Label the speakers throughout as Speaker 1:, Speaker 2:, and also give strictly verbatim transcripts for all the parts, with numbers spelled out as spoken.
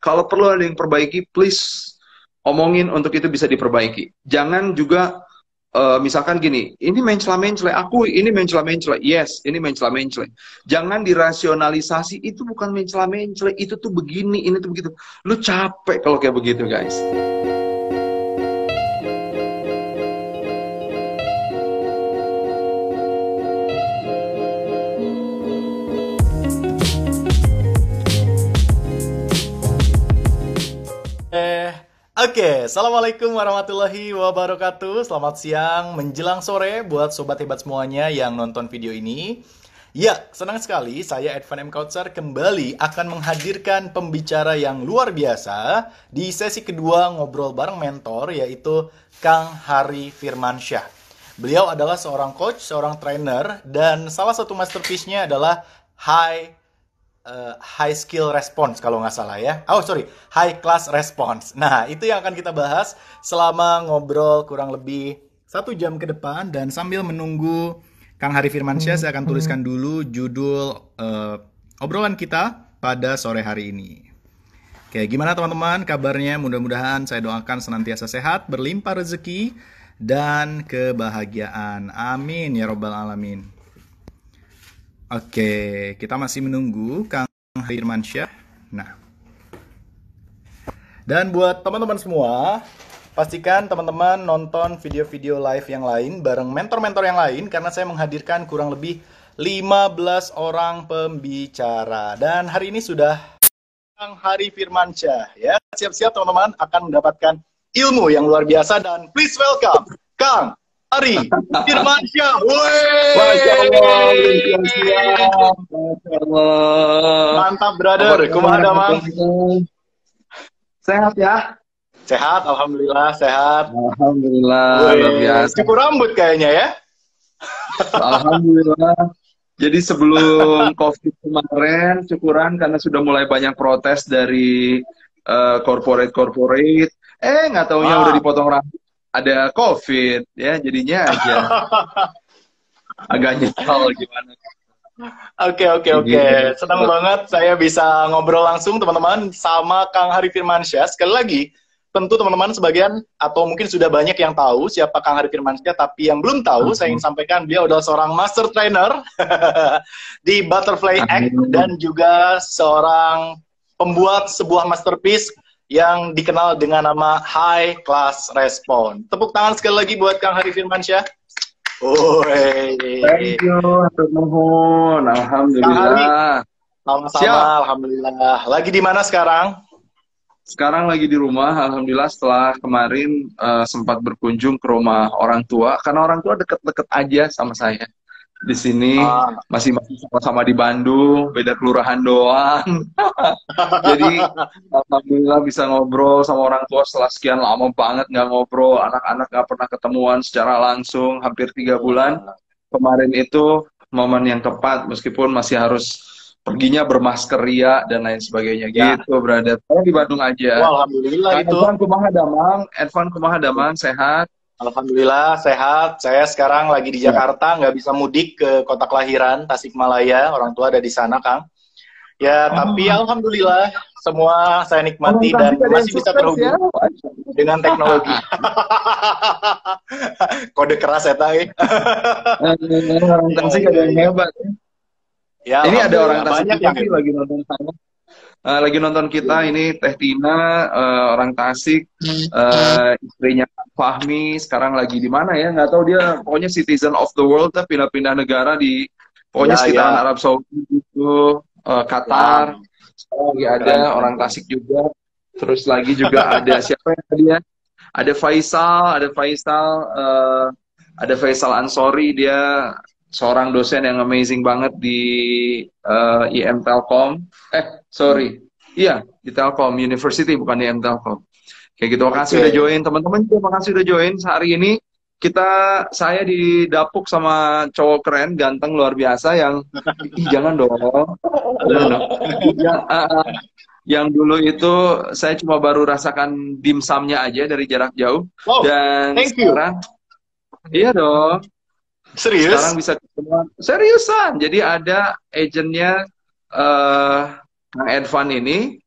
Speaker 1: Kalau perlu ada yang perbaiki, please omongin untuk itu bisa diperbaiki. Jangan juga uh, misalkan gini, ini mencela-mencela, aku ini mencela-mencela. Yes, ini mencela-mencela. Jangan dirasionalisasi, itu bukan mencela-mencela, itu tuh begini, ini tuh begitu. Lu capek kalau kayak begitu, guys.
Speaker 2: Oke, assalamualaikum warahmatullahi wabarakatuh. Selamat siang menjelang sore buat sobat hebat semuanya yang nonton video ini. Ya, senang sekali saya Edvan M. Kautsar kembali akan menghadirkan pembicara yang luar biasa di sesi kedua ngobrol bareng mentor, yaitu Kang Hari Firmansyah. Beliau adalah seorang coach, seorang trainer, dan salah satu masterpiece-nya adalah High Uh, high skill response kalau nggak salah ya. Oh sorry, high class response. Nah itu yang akan kita bahas selama ngobrol kurang lebih satu jam ke depan. Dan sambil menunggu Kang Hari Firmansyah, saya akan tuliskan dulu judul uh, obrolan kita pada sore hari ini. Oke, gimana teman-teman kabarnya? Mudah-mudahan saya doakan senantiasa sehat, berlimpah rezeki dan kebahagiaan. Amin ya robbal alamin. Oke, kita masih menunggu Kang Firmansyah. Nah, dan buat teman-teman semua, pastikan teman-teman nonton video-video live yang lain bareng mentor-mentor yang lain, karena saya menghadirkan kurang lebih lima belas orang pembicara. Dan hari ini sudah Kang Hari Firmansyah. Ya, siap-siap teman-teman akan mendapatkan ilmu yang luar biasa. Dan please welcome Kang Hari Firmansyah.
Speaker 1: Masya Allah, Masya Allah.
Speaker 2: Mantap brother, kumaha damang?
Speaker 1: Sehat ya?
Speaker 2: Sehat, alhamdulillah sehat.
Speaker 1: Alhamdulillah, luar biasa.
Speaker 2: Cukur rambut kayaknya ya?
Speaker 1: Alhamdulillah. Jadi sebelum COVID kemarin, syukuran karena sudah mulai banyak protes dari uh, corporate-corporate. Eh, nggak taunya
Speaker 2: ah.
Speaker 1: udah dipotong rambut. Ada COVID ya, jadinya aja agak nyesal gimana.
Speaker 2: Oke oke oke, senang banget saya bisa ngobrol langsung teman-teman sama Kang Hari Firmansyah. Sekali lagi, tentu teman-teman sebagian atau mungkin sudah banyak yang tahu siapa Kang Hari Firmansyah, tapi yang belum tahu, saya ingin sampaikan beliau adalah seorang master trainer di Butterfly Act dan juga seorang pembuat sebuah masterpiece yang dikenal dengan nama High Class Response. Tepuk tangan sekali lagi buat Kang Hari Firmansyah. Oi.
Speaker 1: Thank you, nuhun. Alhamdulillah.
Speaker 2: Sama-sama, alhamdulillah. Lagi di mana sekarang?
Speaker 1: Sekarang lagi di rumah, alhamdulillah. Setelah kemarin uh, sempat berkunjung ke rumah orang tua, karena orang tua deket-deket aja sama saya. Di sini ah. masih masih sama-sama di Bandung, beda kelurahan doang. Jadi alhamdulillah bisa ngobrol sama orang tua setelah sekian lama banget nggak ngobrol, anak-anak nggak pernah ketemuan secara langsung hampir tiga bulan. Kemarin itu momen yang tepat, meskipun masih harus perginya bermasker ria dan lain sebagainya. Ya. Gitu, brother. Saya di Bandung aja.
Speaker 2: Wah, alhamdulillah nah, itu.
Speaker 1: Edvan kumaha damang, Edvan kumaha damang, sehat.
Speaker 2: Alhamdulillah sehat. Saya sekarang lagi di Jakarta, nggak bisa mudik ke kota kelahiran Tasikmalaya. Orang tua ada di sana, Kang. Ya, oh. Tapi alhamdulillah semua saya nikmati oh, dan masih bisa terhubung ya? Dengan teknologi. Kode keras ya, Tay.
Speaker 1: Orang Tasik ada yang hebat. Ya, ini ada orang Tasik yang lagi nonton saya. Uh, lagi nonton kita ini Teh Tina, uh, orang Tasik, uh, istrinya Fahmi sekarang lagi di mana ya, nggak tahu dia, pokoknya citizen of the world, tapi pindah-pindah negara di pokoknya ya, sekitaran ya. Arab Saudi itu, uh, Qatar, sekarang lagi ada Keren. Orang Tasik juga, terus lagi juga ada siapa ya tadi ya, ada Faisal, ada Faisal, uh, ada Faisal Ansori, dia seorang dosen yang amazing banget di uh, I M Telkom. Eh, sorry. Iya, di Telkom University, bukan di I M Telkom. Kayak gitu, makasih okay. udah join. Teman-teman juga makasih udah join. Hari ini kita, saya didapuk sama cowok keren, ganteng, luar biasa yang, ih jangan dong. yang, uh, yang dulu itu, saya cuma baru rasakan dimsumnya aja dari jarak jauh.
Speaker 2: Wow,
Speaker 1: dan
Speaker 2: thank
Speaker 1: sekarang, you. Iya dong.
Speaker 2: Serius?
Speaker 1: Sekarang bisa ketemuan. Seriusan. Jadi ada agentnya uh, Kang Edvan ini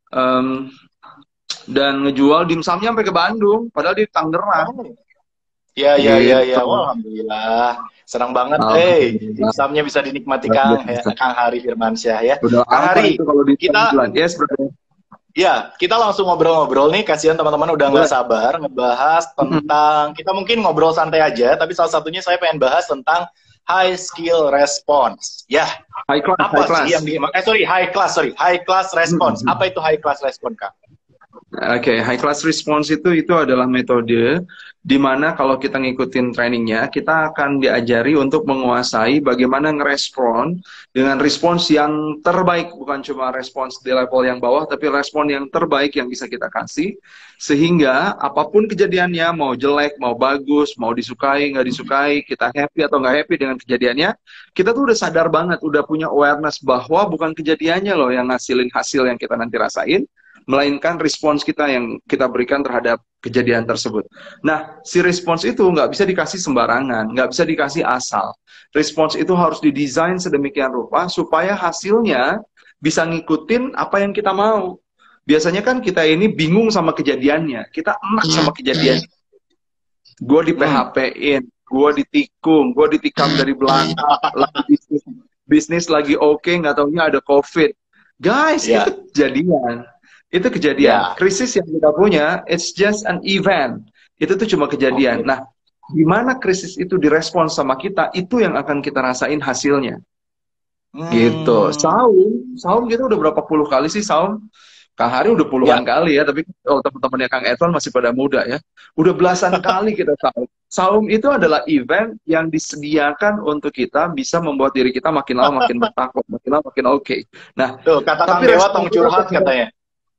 Speaker 1: um, dan ngejual dimsumnya sampai ke Bandung, padahal di Tangerang.
Speaker 2: Iya, iya, iya, iya.
Speaker 1: Gitu.
Speaker 2: Wah, alhamdulillah. Senang banget, eh. Dimsumnya bisa dinikmati Kang, ya, Kang Hari Firmansyah ya.
Speaker 1: Udah
Speaker 2: Kang Hari,
Speaker 1: itu kalau di
Speaker 2: kita,
Speaker 1: yes, brother.
Speaker 2: ya, kita langsung ngobrol-ngobrol nih. Kasihan teman-teman udah nggak sabar ngebahas tentang, kita mungkin ngobrol santai aja, tapi salah satunya saya pengen bahas tentang high skill response. Ya,
Speaker 1: high class,
Speaker 2: apa
Speaker 1: high
Speaker 2: sih
Speaker 1: class.
Speaker 2: yang di, eh sorry, high class, sorry, high class response. Mm-hmm. Apa itu high class response, Kang?
Speaker 1: Oke, okay, high class response itu itu adalah metode di mana kalau kita ngikutin trainingnya, kita akan diajari untuk menguasai bagaimana ngerespon dengan respons yang terbaik, bukan cuma respons di level yang bawah, tapi respon yang terbaik yang bisa kita kasih, sehingga apapun kejadiannya, mau jelek, mau bagus, mau disukai, nggak disukai, kita happy atau nggak happy dengan kejadiannya, kita tuh udah sadar banget, udah punya awareness bahwa bukan kejadiannya loh yang ngasilin hasil yang kita nanti rasain, melainkan respons kita yang kita berikan terhadap kejadian tersebut. Nah, si respons itu nggak bisa dikasih sembarangan, nggak bisa dikasih asal. Respons itu harus didesain sedemikian rupa supaya hasilnya bisa ngikutin apa yang kita mau. Biasanya kan kita ini bingung sama kejadiannya, kita enak sama kejadian. Gue di P H P-in, gue ditikung, gue ditikam dari belakang, lagi bisnis, bisnis lagi oke, okay, nggak taunya ada COVID. Guys, yeah. Itu kejadian. Itu kejadian. Yeah. Krisis yang kita punya, it's just an event. Itu tuh cuma kejadian. Okay. Nah, gimana krisis itu direspons sama kita, itu yang akan kita rasain hasilnya. Hmm. Gitu. Saum, saum kita udah berapa puluh kali sih saum? Kang Hari udah puluhan yeah. kali ya, tapi oh, teman-temannya Kang Edwan masih pada muda ya. Udah belasan kali kita saum. Saum itu adalah event yang disediakan untuk kita bisa membuat diri kita makin lama makin bertakwa, makin lama makin oke. Okay. Nah,
Speaker 2: tuh kata Kang Dewa tong curhat katanya.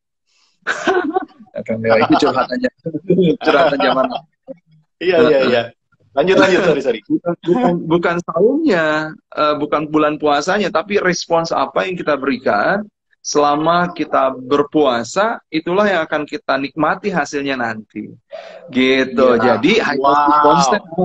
Speaker 1: Kang Dewa itu curhatannya, curhatan zaman.
Speaker 2: Iya iya iya. Lanjut lanjut sorry sorry.
Speaker 1: Bukan, bukan, bukan saumnya, uh, bukan bulan puasanya, tapi respons apa yang kita berikan selama kita berpuasa, itulah yang akan kita nikmati hasilnya nanti. Gitu. Ya. Jadi high class wow. response,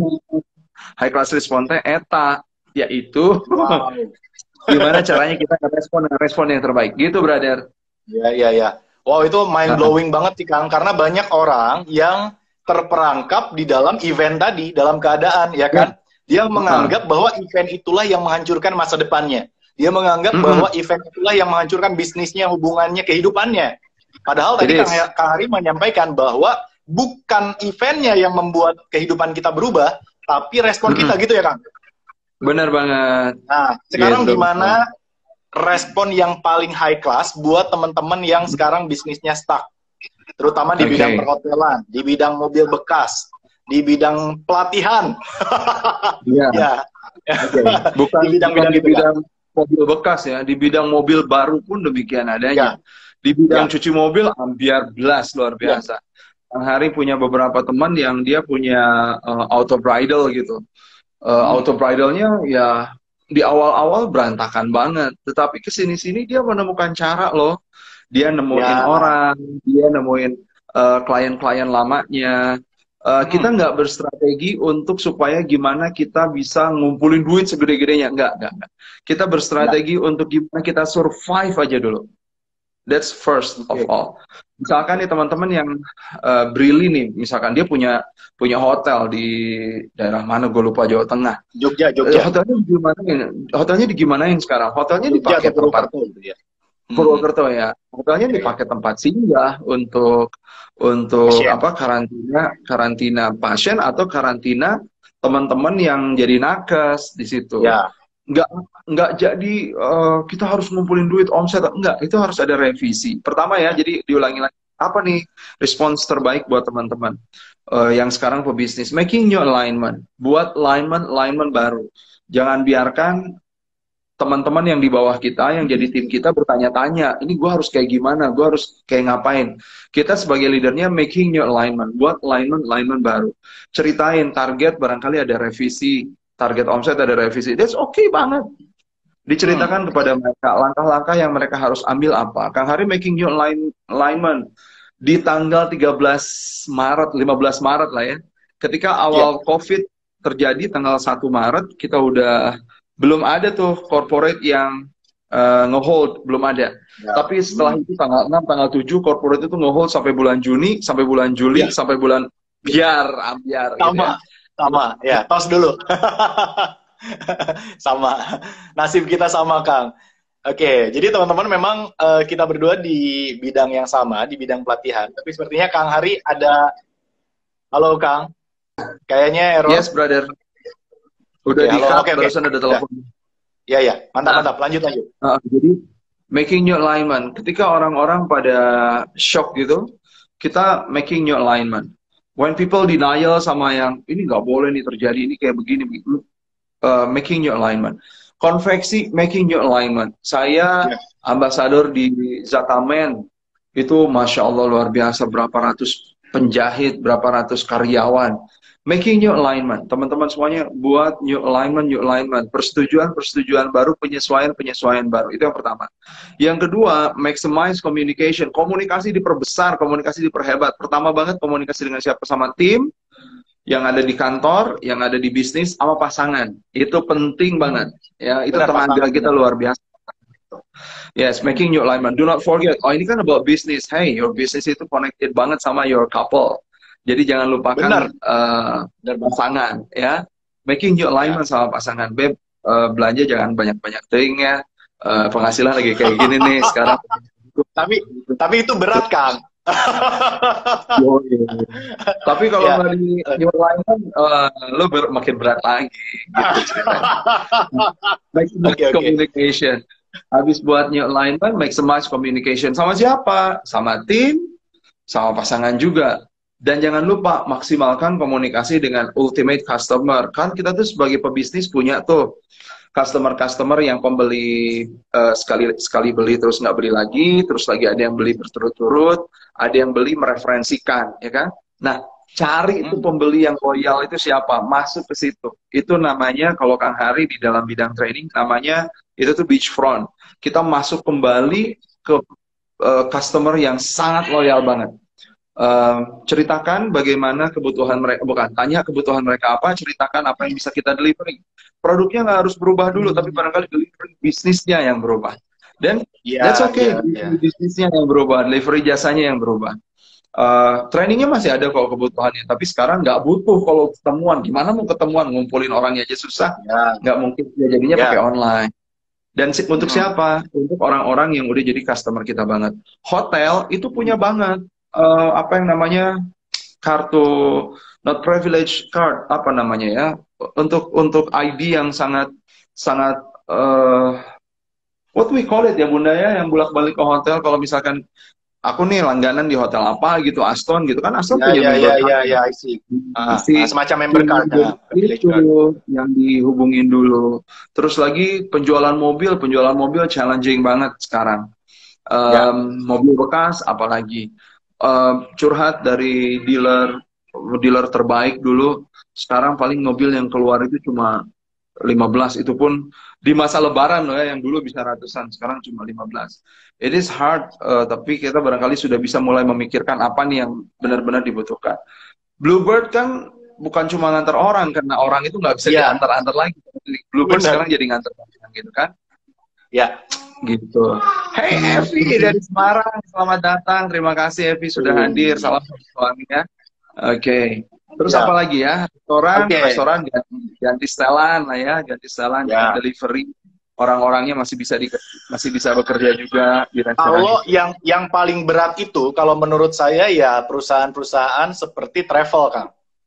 Speaker 1: high class response eta, yaitu wow. gimana caranya kita respon dengan respon yang terbaik. Gitu, brother.
Speaker 2: Iya iya iya. Wow, itu mind blowing banget sih Kang, karena banyak orang yang terperangkap di dalam event tadi, dalam keadaan, ya kan? Dia menganggap bahwa event itulah yang menghancurkan masa depannya. Dia menganggap mm-hmm. bahwa event itulah yang menghancurkan bisnisnya, hubungannya, kehidupannya. Padahal tadi Kang, Kang Hari menyampaikan bahwa bukan eventnya yang membuat kehidupan kita berubah, tapi respon mm-hmm. kita gitu ya Kang?
Speaker 1: Benar banget.
Speaker 2: Nah, sekarang gitu. Gimana respon yang paling high class buat teman-teman yang sekarang bisnisnya stuck, terutama di okay. bidang perhotelan, di bidang mobil bekas, di bidang pelatihan,
Speaker 1: yeah. ya, okay. bukan di bidang, bukan bidang, di bidang mobil bekas ya, di bidang mobil baru pun demikian adanya, yeah. di bidang yeah. cuci mobil ambiar belas luar biasa. Yeah. Kang Hari punya beberapa teman yang dia punya uh, auto bridal gitu, uh, hmm. auto bridalnya ya. Di awal-awal berantakan banget, tetapi kesini-sini dia menemukan cara loh, dia nemuin ya. orang, dia nemuin klien-klien uh, lamanya. Uh, hmm. Kita nggak berstrategi untuk supaya gimana kita bisa ngumpulin duit segede-gedenya, nggak, nggak, nggak. Kita berstrategi ya. untuk gimana kita survive aja dulu. That's first okay. of all. Misalkan nih teman-teman yang uh, Brili nih, misalkan dia punya punya hotel di daerah mana, gue lupa, Jawa Tengah.
Speaker 2: Jogja, Jogja.
Speaker 1: Uh, hotelnya digimanain? Hotelnya digimanain sekarang? Hotelnya dipakai tempat
Speaker 2: ya.
Speaker 1: Purwokerto ya. Hotelnya okay. dipakai tempat singgah untuk untuk pasien. apa karantina karantina pasien atau karantina teman-teman yang jadi nakes di situ.
Speaker 2: Ya.
Speaker 1: Nggak nggak jadi uh, kita harus ngumpulin duit omset, enggak, itu harus ada revisi. Pertama ya, jadi diulangi lagi, apa nih respons terbaik buat teman-teman uh, yang sekarang pebisnis, making new alignment, buat alignment alignment baru. Jangan biarkan teman-teman yang di bawah kita, yang jadi tim kita bertanya-tanya, ini gue harus kayak gimana, gue harus kayak ngapain. Kita sebagai leadernya making new alignment, buat alignment alignment baru. Ceritain target, barangkali ada revisi. Target omset ada revisi, that's okay banget. Diceritakan hmm. kepada mereka langkah-langkah yang mereka harus ambil apa. Kang Hari making new align alignment di tanggal tiga belas Maret, lima belas Maret lah ya. Ketika awal yeah. COVID terjadi tanggal satu Maret, kita udah belum ada tuh corporate yang uh, nge-hold, belum ada. Ya. Tapi setelah itu tanggal enam, tanggal tujuh, corporate itu nge-hold sampai bulan Juni, sampai bulan Juli, ya. sampai bulan biar, ambiar.
Speaker 2: Sama,
Speaker 1: gitu ya.
Speaker 2: sama. Ya, tos dulu. Sama. Nasib kita sama, Kang. Oke, jadi teman-teman memang uh, kita berdua di bidang yang sama, di bidang pelatihan. Tapi sepertinya Kang Hari ada... Halo, Kang. Kayaknya error.
Speaker 1: Yes, brother. Udah
Speaker 2: okay,
Speaker 1: di-cut,
Speaker 2: okay,
Speaker 1: barusan
Speaker 2: okay.
Speaker 1: ada telepon.
Speaker 2: Iya, iya. Mantap, nah, mantap. Lanjut, lanjut.
Speaker 1: Uh, jadi, making new alignment. Ketika orang-orang pada shock gitu, kita making new alignment. When people denial sama yang, ini nggak boleh nih terjadi, ini kayak begini, begitu. Uh, making new alignment. Konveksi, making new alignment. Saya yeah. ambasador di Zatamen, itu Masya Allah luar biasa, berapa ratus penjahit, berapa ratus karyawan. Making new alignment. Teman-teman semuanya buat new alignment, new alignment. Persetujuan, persetujuan baru, penyesuaian, penyesuaian baru. Itu yang pertama. Yang kedua, maximize communication. Komunikasi diperbesar, komunikasi diperhebat. Pertama banget, komunikasi dengan siapa? Sama tim, yang ada di kantor, yang ada di bisnis, sama pasangan. Itu penting banget. Ya, itu tenaga kita luar biasa. Yes, making new alignment. Do not forget, oh ini kan about business. Hey, your business itu connected banget sama your couple. Jadi jangan lupakan uh, pasangan, ya. Making new alignment ya. Sama pasangan. Beb, uh, belanja jangan banyak-banyak ting ya. Uh, penghasilan lagi kayak gini nih sekarang.
Speaker 2: Tapi tapi itu berat, Kang.
Speaker 1: Oh, iya. Tapi kalau yeah. nggak di new alignment, uh, lo ber makin berat lagi. Gitu, maximize okay, communication. Okay. Habis buat new alignment, maximize communication. Sama siapa? Sama tim, sama pasangan juga. Dan jangan lupa maksimalkan komunikasi dengan ultimate customer. Kan kita tuh sebagai pebisnis punya tuh customer-customer yang pembeli uh, sekali sekali beli terus nggak beli lagi, terus lagi ada yang beli berturut-turut, ada yang beli mereferensikan, ya kan? Nah, cari itu pembeli yang loyal itu siapa? Masuk ke situ. Itu namanya kalau Kang Hari di dalam bidang training namanya itu tuh beachfront. Kita masuk kembali ke uh, customer yang sangat loyal banget. Uh, ceritakan bagaimana kebutuhan mereka, bukan tanya kebutuhan mereka apa, ceritakan apa yang bisa kita delivery. Produknya nggak harus berubah dulu, tapi barangkali delivery bisnisnya yang berubah. Dan yeah, that's okay, yeah, yeah. bisnisnya yang berubah, delivery jasanya yang berubah. Uh, trainingnya masih ada kalau kebutuhannya, tapi sekarang nggak butuh kalau ketemuan. Gimana mau ketemuan, ngumpulin orangnya aja susah, yeah. nggak mungkin ya jadinya yeah. pakai online. Dan untuk hmm. siapa? Untuk orang-orang yang udah jadi customer kita banget. Hotel itu punya banget. Uh, apa yang namanya kartu not privilege card, apa namanya ya, untuk untuk I D yang sangat sangat uh, what we call it ya Bunda ya, yang bolak-balik ke hotel. Kalau misalkan aku nih langganan di hotel apa gitu, Aston gitu kan, Aston
Speaker 2: ya,
Speaker 1: punya
Speaker 2: ya,
Speaker 1: member
Speaker 2: ya,
Speaker 1: card
Speaker 2: ya, ya, uh, uh, semacam member card
Speaker 1: itu yang dihubungin dulu. Terus lagi penjualan mobil, penjualan mobil challenging banget sekarang. Um, ya. Mobil bekas apalagi. Uh, curhat dari dealer dealer terbaik dulu, sekarang paling mobil yang keluar itu cuma lima belas, itu pun di masa lebaran loh ya, yang dulu bisa ratusan, sekarang cuma lima belas. It is hard, uh, tapi kita barangkali sudah bisa mulai memikirkan apa nih yang benar-benar dibutuhkan. Bluebird kan bukan cuma ngantar orang, karena orang itu nggak bisa yeah. diantar-antar lagi. Bluebird Benar. Sekarang jadi ngantar orang gitu kan. Ya. Gitu. Hey Evi dari Semarang, selamat datang. Terima kasih Evi sudah hadir. Salam suaminya. Oke. Okay. Terus ya. Apa lagi ya? Restoran, okay. restoran ganti, ganti setelan lah ya, ganti setelan, ya. Delivery. Orang-orangnya masih bisa di, masih bisa bekerja juga di restoran.
Speaker 2: Kalau yang yang paling berat itu, kalau menurut saya ya perusahaan-perusahaan seperti travel, Kang.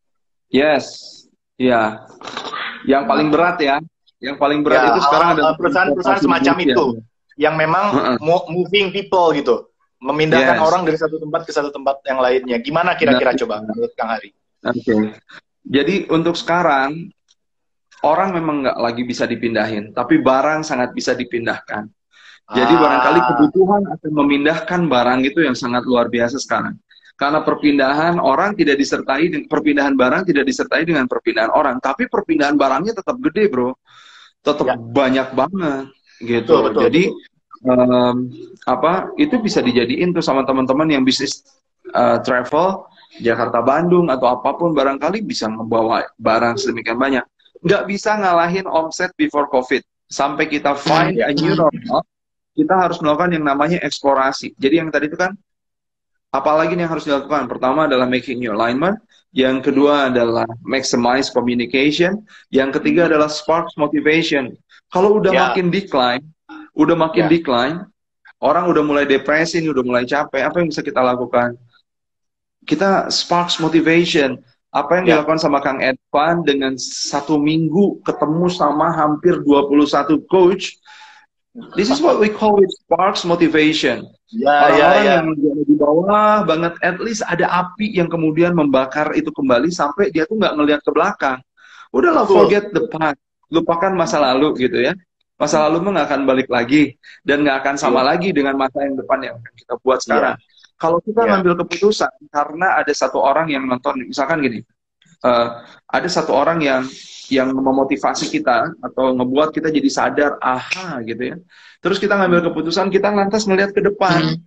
Speaker 1: Yes. Ya. Yang paling berat ya. Yang paling berat ya, itu sekarang ada
Speaker 2: perusahaan-perusahaan semacam itu. Ya. Yang memang uh-uh. moving people gitu, memindahkan yes. orang dari satu tempat ke satu tempat yang lainnya. Gimana kira-kira nah, coba menurut Kang Hari?
Speaker 1: Oke, okay. Jadi untuk sekarang orang memang nggak lagi bisa dipindahin, tapi barang sangat bisa dipindahkan. Jadi ah. barangkali kebutuhan akan memindahkan barang itu yang sangat luar biasa sekarang. Karena perpindahan orang tidak disertai, perpindahan barang tidak disertai dengan perpindahan orang, tapi perpindahan barangnya tetap gede, bro, tetap ya. banyak banget. Gitu, betul, betul, jadi betul. Um, apa itu bisa dijadiin tuh sama teman-teman yang bisnis uh, travel Jakarta Bandung atau apapun, barangkali bisa membawa barang sedemikian banyak. Nggak bisa ngalahin omset before COVID sampai kita find a new normal. kita harus melakukan yang namanya eksplorasi. Jadi yang tadi itu kan, apalagi yang harus dilakukan? Pertama adalah making new alignment, yang kedua adalah maximize communication, yang ketiga adalah sparks motivation. Kalau udah
Speaker 2: Ya.
Speaker 1: makin decline, udah makin
Speaker 2: Ya.
Speaker 1: decline, orang udah mulai depresi, udah mulai capek, apa yang bisa kita lakukan? Kita sparks motivation. Apa yang
Speaker 2: Ya.
Speaker 1: dilakukan sama Kang Edvan dengan satu minggu ketemu sama hampir dua puluh satu coach, this is what we call it sparks motivation.
Speaker 2: Ya,
Speaker 1: Orang-orang
Speaker 2: ya, ya.
Speaker 1: yang di bawah banget, at least ada api yang kemudian membakar itu kembali sampai dia tuh nggak ngelihat ke belakang. Udahlah,
Speaker 2: Betul.
Speaker 1: forget the past, lupakan masa lalu gitu ya. Masa lalu mah nggak akan balik lagi dan nggak akan sama
Speaker 2: Iya.
Speaker 1: lagi dengan masa yang depan yang akan kita buat sekarang.
Speaker 2: Iya.
Speaker 1: Kalau kita
Speaker 2: Iya.
Speaker 1: ngambil keputusan karena ada satu orang yang nonton, misalkan gini, uh, ada satu orang yang yang memotivasi kita atau ngebuat kita jadi sadar, aha gitu ya. Terus kita ngambil keputusan, kita lantas ngelihat ke depan.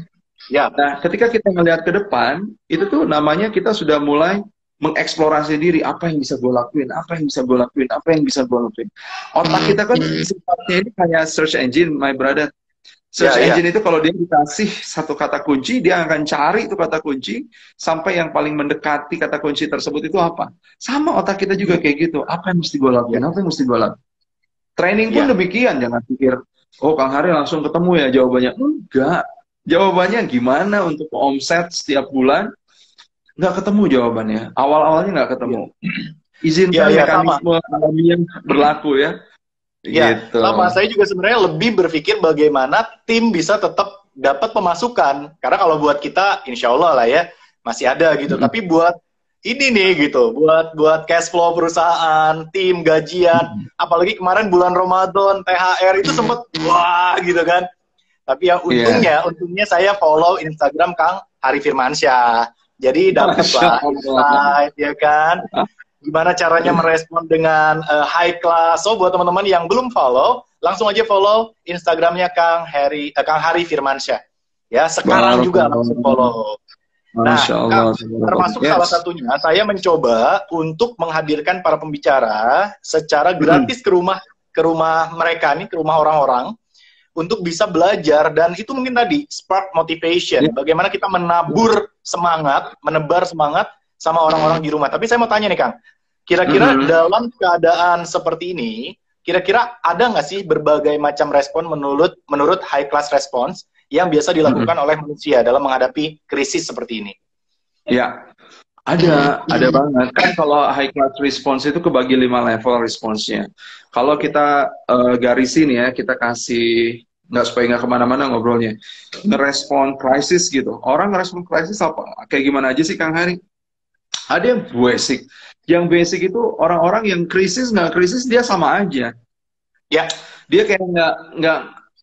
Speaker 2: Ya.
Speaker 1: Nah, ketika kita ngelihat ke depan, itu tuh namanya kita sudah mulai mengeksplorasi diri, apa yang bisa gue lakuin, apa yang bisa gue lakuin, apa yang bisa gue lakuin. Otak kita kan sifatnya ini kayak search engine, my brother. Search
Speaker 2: Ya, ya.
Speaker 1: engine itu kalau dia dikasih satu kata kunci, dia akan cari itu kata kunci sampai yang paling mendekati kata kunci tersebut itu apa. Sama otak kita juga kayak gitu. Apa yang mesti gue lakuin?
Speaker 2: Ya.
Speaker 1: Apa yang mesti gue lakuin? Training pun
Speaker 2: Ya.
Speaker 1: demikian. Jangan pikir, oh Kang Hari langsung ketemu ya jawabannya. Enggak. Jawabannya gimana untuk omset setiap bulan? Nggak ketemu jawabannya. Awal-awalnya nggak ketemu. Izinkan
Speaker 2: Ya, ya,
Speaker 1: mekanisme alami yang berlaku ya.
Speaker 2: Ya,
Speaker 1: Gitu.
Speaker 2: sama. Saya juga sebenarnya lebih berpikir bagaimana tim bisa tetap dapat pemasukan. Karena kalau buat kita, insya Allah lah ya, masih ada gitu.
Speaker 1: Mm-hmm.
Speaker 2: Tapi buat ini nih gitu, buat buat cash flow perusahaan, tim, gajian, mm-hmm. apalagi kemarin bulan Ramadan, T H R itu sempet, wah gitu kan. Tapi yang untungnya, yeah. untungnya saya follow Instagram Kang Hari Firmansyah. Jadi dapat lah insight, ya kan. Gimana caranya merespon dengan uh, high class. So buat teman-teman yang belum follow, langsung aja follow Instagramnya Kang Hari, uh, Kang Hari Firmansyah. Ya, sekarang juga langsung follow. Nah, Kang, termasuk yes. salah satunya, saya mencoba untuk menghadirkan para pembicara secara gratis ke rumah ke rumah mereka nih, ke rumah orang-orang, untuk bisa belajar, dan itu mungkin tadi spark motivation. Yeah. Bagaimana kita menabur semangat, menebar semangat sama orang-orang di rumah. Tapi saya mau tanya nih Kang, kira-kira mm-hmm. dalam keadaan seperti ini, kira-kira ada nggak sih berbagai macam respon menurut menurut high class response yang biasa dilakukan mm-hmm. oleh manusia dalam menghadapi krisis seperti ini?
Speaker 1: Ya, ada, ada banget. Kan kalau high class response itu kebagi lima level responsnya. Kalau kita uh, garisin ya, kita kasih, nggak supaya nggak kemana-mana ngobrolnya, ngerespon krisis gitu. Orang ngerespon krisis apa? Kayak gimana aja sih Kang Hari? Ada yang basic. Yang basic itu orang-orang yang krisis nggak krisis dia sama aja. Ya, dia kayak nggak nggak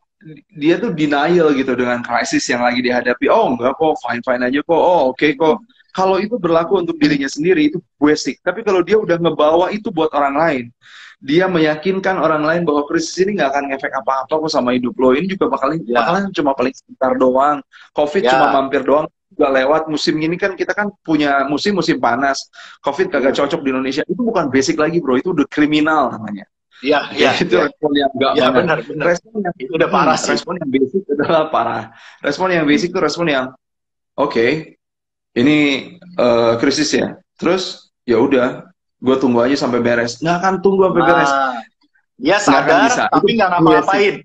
Speaker 1: dia tuh denial gitu dengan krisis yang lagi dihadapi. Oh enggak kok, fine fine aja kok. Oh oke okay kok. Kalau itu berlaku untuk dirinya sendiri itu basic. Tapi kalau dia udah ngebawa itu buat orang lain, dia meyakinkan orang lain bahwa krisis ini nggak akan ngefek apa-apa kok sama hidup lo. Ini juga bakalan ya. bakalan cuma paling sebentar doang. Covid ya. cuma mampir doang. Gak lewat musim ini kan kita kan punya musim musim panas. Covid kagak cocok di Indonesia. Itu bukan basic lagi bro, itu udah kriminal namanya.
Speaker 2: Iya, iya.
Speaker 1: Itu ya. respon yang enggak
Speaker 2: ya, benar, benar.
Speaker 1: Respon yang
Speaker 2: itu udah parah sih.
Speaker 1: Respon yang basic adalah parah. Respon yang basic itu respon yang oke, okay, ini uh, krisis ya. Terus ya udah, gue tunggu aja sampai beres. Nggak akan tunggu sampai beres.
Speaker 2: Ah, dia sadar tapi nggak ngapa-ngapain.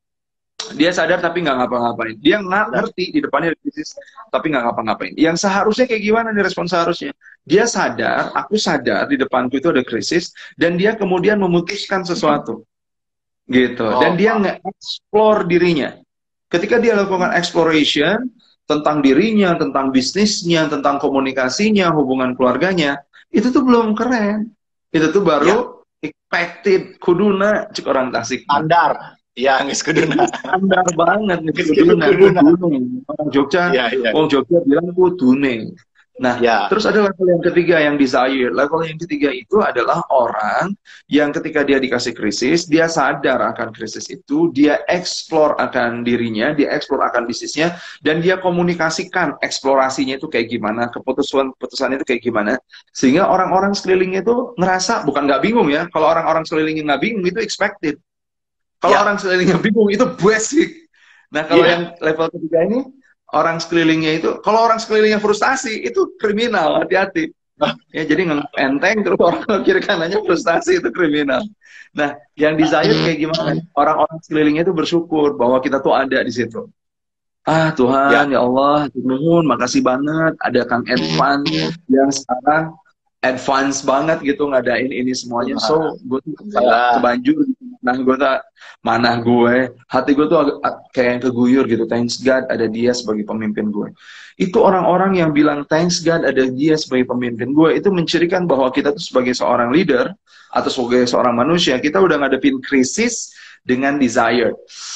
Speaker 1: Dia sadar tapi nggak ngapa-ngapain. Dia nggak ngerti di depannya ada krisis tapi nggak ngapa-ngapain. Yang seharusnya kayak gimana nih respon seharusnya? Dia sadar, aku sadar di depanku itu ada krisis, dan dia kemudian memutuskan sesuatu, gitu. Oh, dan dia nggak explore dirinya. Ketika dia lakukan exploration tentang dirinya, tentang bisnisnya, tentang komunikasinya, hubungan keluarganya, itu tuh belum keren. Itu tuh baru ya. Expected, kuduna, cik orang Tasik.
Speaker 2: Standar. Ya, nggak kuduna.
Speaker 1: Standar banget nih kuduna. Kuduna. Orang Jogja, ya, ya. Orang Jogja bilang kudune. Nah, ya. Terus ada level yang ketiga yang desire. Level yang ketiga itu adalah orang yang ketika dia dikasih krisis, dia sadar akan krisis itu, dia explore akan dirinya, dia explore akan bisnisnya, dan dia komunikasikan eksplorasinya itu kayak gimana, keputusan-keputusan itu kayak gimana, sehingga orang-orang sekelilingnya itu ngerasa, bukan nggak bingung ya, kalau orang-orang sekelilingnya nggak bingung itu expected. Kalau ya. orang sekelilingnya bingung itu basic. Nah, kalau
Speaker 2: Iya.
Speaker 1: yang level ketiga ini, orang sekelilingnya itu, kalau orang sekelilingnya frustasi, itu kriminal, hati-hati. Ya, jadi nganggap enteng, terus orang ke kiri kanannya frustasi, itu kriminal. Nah, yang desired kayak gimana? Orang-orang sekelilingnya itu bersyukur bahwa kita tuh ada di situ. Ah,
Speaker 2: Ya.
Speaker 1: Tuhan, ya Allah, nuhun, makasih banget. Ada Kang Edvan yang sekarang advance banget gitu ngadain ini semuanya. So, gue tuh kayak
Speaker 2: Alhamdulillah.
Speaker 1: kebanjur gitu. Nah, gue tak, mana gue, hati gue tuh agak, kayak yang keguyur gitu. Thanks God ada dia sebagai pemimpin gue. Itu orang-orang yang bilang thanks God ada dia sebagai pemimpin gue, itu mencirikan bahwa kita tuh sebagai seorang leader atau sebagai seorang manusia, kita udah ngadepin krisis dengan desire.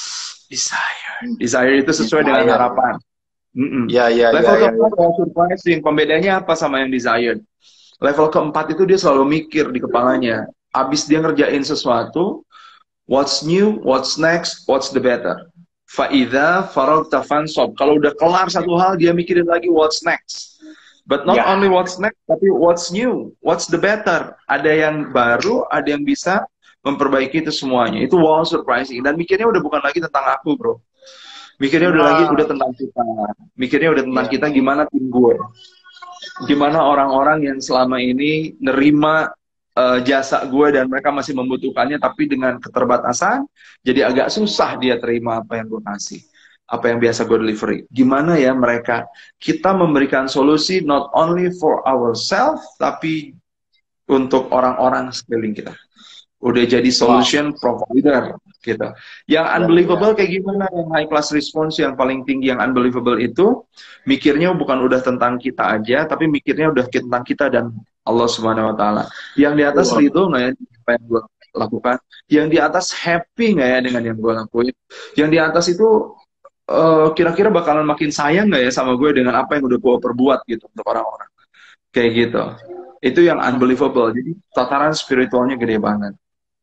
Speaker 1: Desire. Desire itu sesuai dengan
Speaker 2: Desire.
Speaker 1: harapan. Mm-mm.
Speaker 2: Ya, ya, ya,
Speaker 1: Level
Speaker 2: ya,
Speaker 1: keempat
Speaker 2: ya.
Speaker 1: surprising. Pembedanya apa sama yang desired? Level keempat itu dia selalu mikir di kepalanya. Abis dia ngerjain sesuatu, what's new, what's next, what's the better. Fa'idha faragta fansob. Kalau udah kelar satu hal, dia mikirin lagi what's next. But not
Speaker 2: Ya.
Speaker 1: only what's next, tapi what's new, what's the better. Ada yang baru, ada yang bisa memperbaiki itu semuanya. Itu wow surprising. Dan mikirnya udah bukan lagi tentang aku, bro. Mikirnya udah lagi udah tentang kita. Mikirnya udah tentang
Speaker 2: Ya.
Speaker 1: kita, gimana tim gue. Gimana orang-orang yang selama ini nerima uh, jasa gue dan mereka masih membutuhkannya, tapi dengan keterbatasan, jadi agak susah dia terima apa yang gue kasih. Apa yang biasa gue delivery. Gimana ya mereka, kita memberikan solusi not only for ourselves, tapi untuk orang-orang sekeliling kita. Udah jadi solution wow. provider gitu. Yang unbelievable kayak gimana? Yang high class response yang paling tinggi, yang unbelievable itu mikirnya bukan udah tentang kita aja, tapi mikirnya udah tentang kita dan Allah Subhanahu Wa Taala. Yang di atas ridho nggak ya apa yang gue lakukan? Yang di atas happy nggak ya dengan yang gue lakuin? Yang di atas itu kira-kira uh, bakalan makin sayang nggak ya sama gue dengan apa yang udah gue perbuat gitu untuk orang-orang. Kayak gitu. Itu yang unbelievable. Jadi tataran spiritualnya gede banget.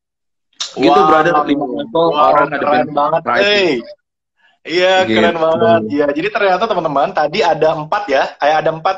Speaker 1: Gitu wow. Brother, lima level
Speaker 2: wow,
Speaker 1: orang
Speaker 2: keren banget. Hey. Iya, gitu. Keren banget. Ya, jadi ternyata teman-teman tadi ada empat ya, kayak ada empat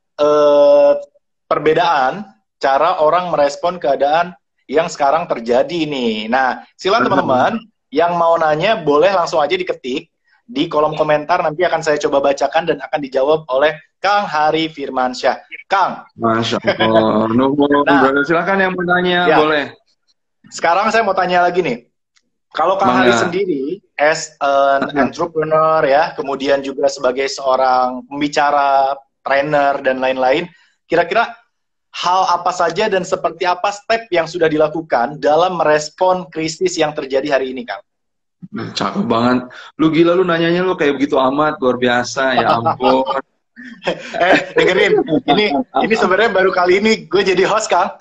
Speaker 2: eh, perbedaan cara orang merespon keadaan yang sekarang terjadi nih. Nah, silakan teman-teman yang mau nanya boleh langsung aja diketik di kolom komentar, nanti akan saya coba bacakan dan akan dijawab oleh Kang Hari Firmansyah. Kang.
Speaker 1: Masya Allah. Nah, silakan yang mau nanya, ya. Boleh.
Speaker 2: Sekarang saya mau tanya lagi nih. Kalau Kang Hari sendiri, as an entrepreneur ya, kemudian juga sebagai seorang pembicara, trainer, dan lain-lain, kira-kira hal apa saja dan seperti apa step yang sudah dilakukan dalam merespon krisis yang terjadi hari ini, Kang?
Speaker 1: Cakep banget. Lu gila, lu nanyanya lu kayak begitu amat, luar biasa, ya ampun.
Speaker 2: eh, dengerin, ini ini sebenarnya baru kali ini gue jadi host, Kang.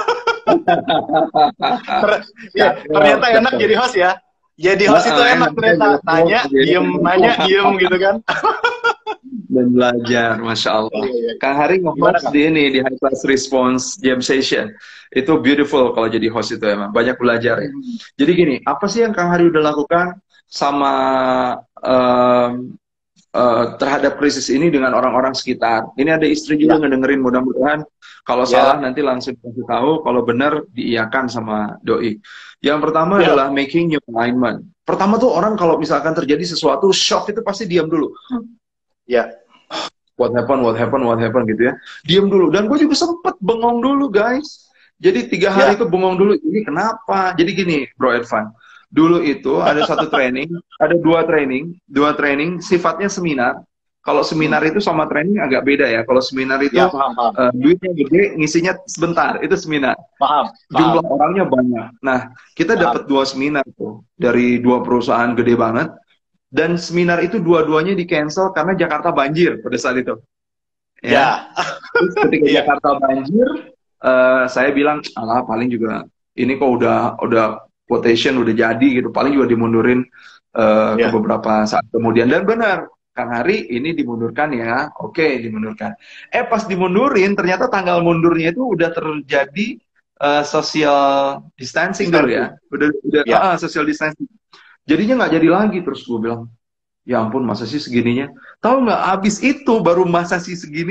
Speaker 2: Ter ya, ternyata enak jadi host ya. Jadi host itu enak ternyata. Nanya, diem, nanya, diem gitu kan.
Speaker 1: Dan belajar, Masya Allah. Kang Hari nge-host di ini, di High Class Response Jam Session. Itu beautiful kalau jadi host itu emang. Banyak belajar ya. Jadi gini, apa sih yang Kang Hari udah lakukan sama um, Uh, terhadap krisis ini dengan orang-orang sekitar. Ini ada istri juga ya. Ngedengerin, mudah-mudahan kalau ya. Salah nanti langsung kasih tahu, kalau benar diiyakan sama doi. Yang pertama ya. Adalah making new alignment. Pertama tuh orang kalau misalkan terjadi sesuatu shock itu pasti diam dulu.
Speaker 2: Ya.
Speaker 1: What happened, what happened, what happened gitu ya. Diam dulu. Dan gue juga sempet bengong dulu guys. Jadi tiga hari ya. Itu bengong dulu. Ini kenapa? Jadi gini Bro Edvan. Dulu itu ada satu training, ada dua training, dua training sifatnya seminar. Kalau seminar itu sama training agak beda ya. Kalau seminar itu
Speaker 2: ya, paham, paham.
Speaker 1: Uh, duitnya gede, ngisinya sebentar. Itu seminar.
Speaker 2: Paham.
Speaker 1: Jumlah paham. Orangnya banyak. Nah, kita dapat dua seminar tuh dari dua perusahaan gede banget. Dan seminar itu dua-duanya di cancel karena Jakarta banjir pada saat itu. Ya. ya. Terus ketika ya. Jakarta banjir, uh, saya bilang, alah paling juga ini kok udah udah quotation udah jadi gitu, paling juga dimundurin uh, yeah. ke beberapa saat kemudian. Dan benar, Kang Hari ini dimundurkan ya, oke okay, dimundurkan. Eh pas dimundurin, ternyata tanggal mundurnya itu udah terjadi uh, social distancing dulu ya, udah udah yeah. ah, social distancing. Jadinya nggak jadi lagi, terus gue bilang, ya ampun masa sih segininya? Tahu nggak, abis itu baru masa sih segininya.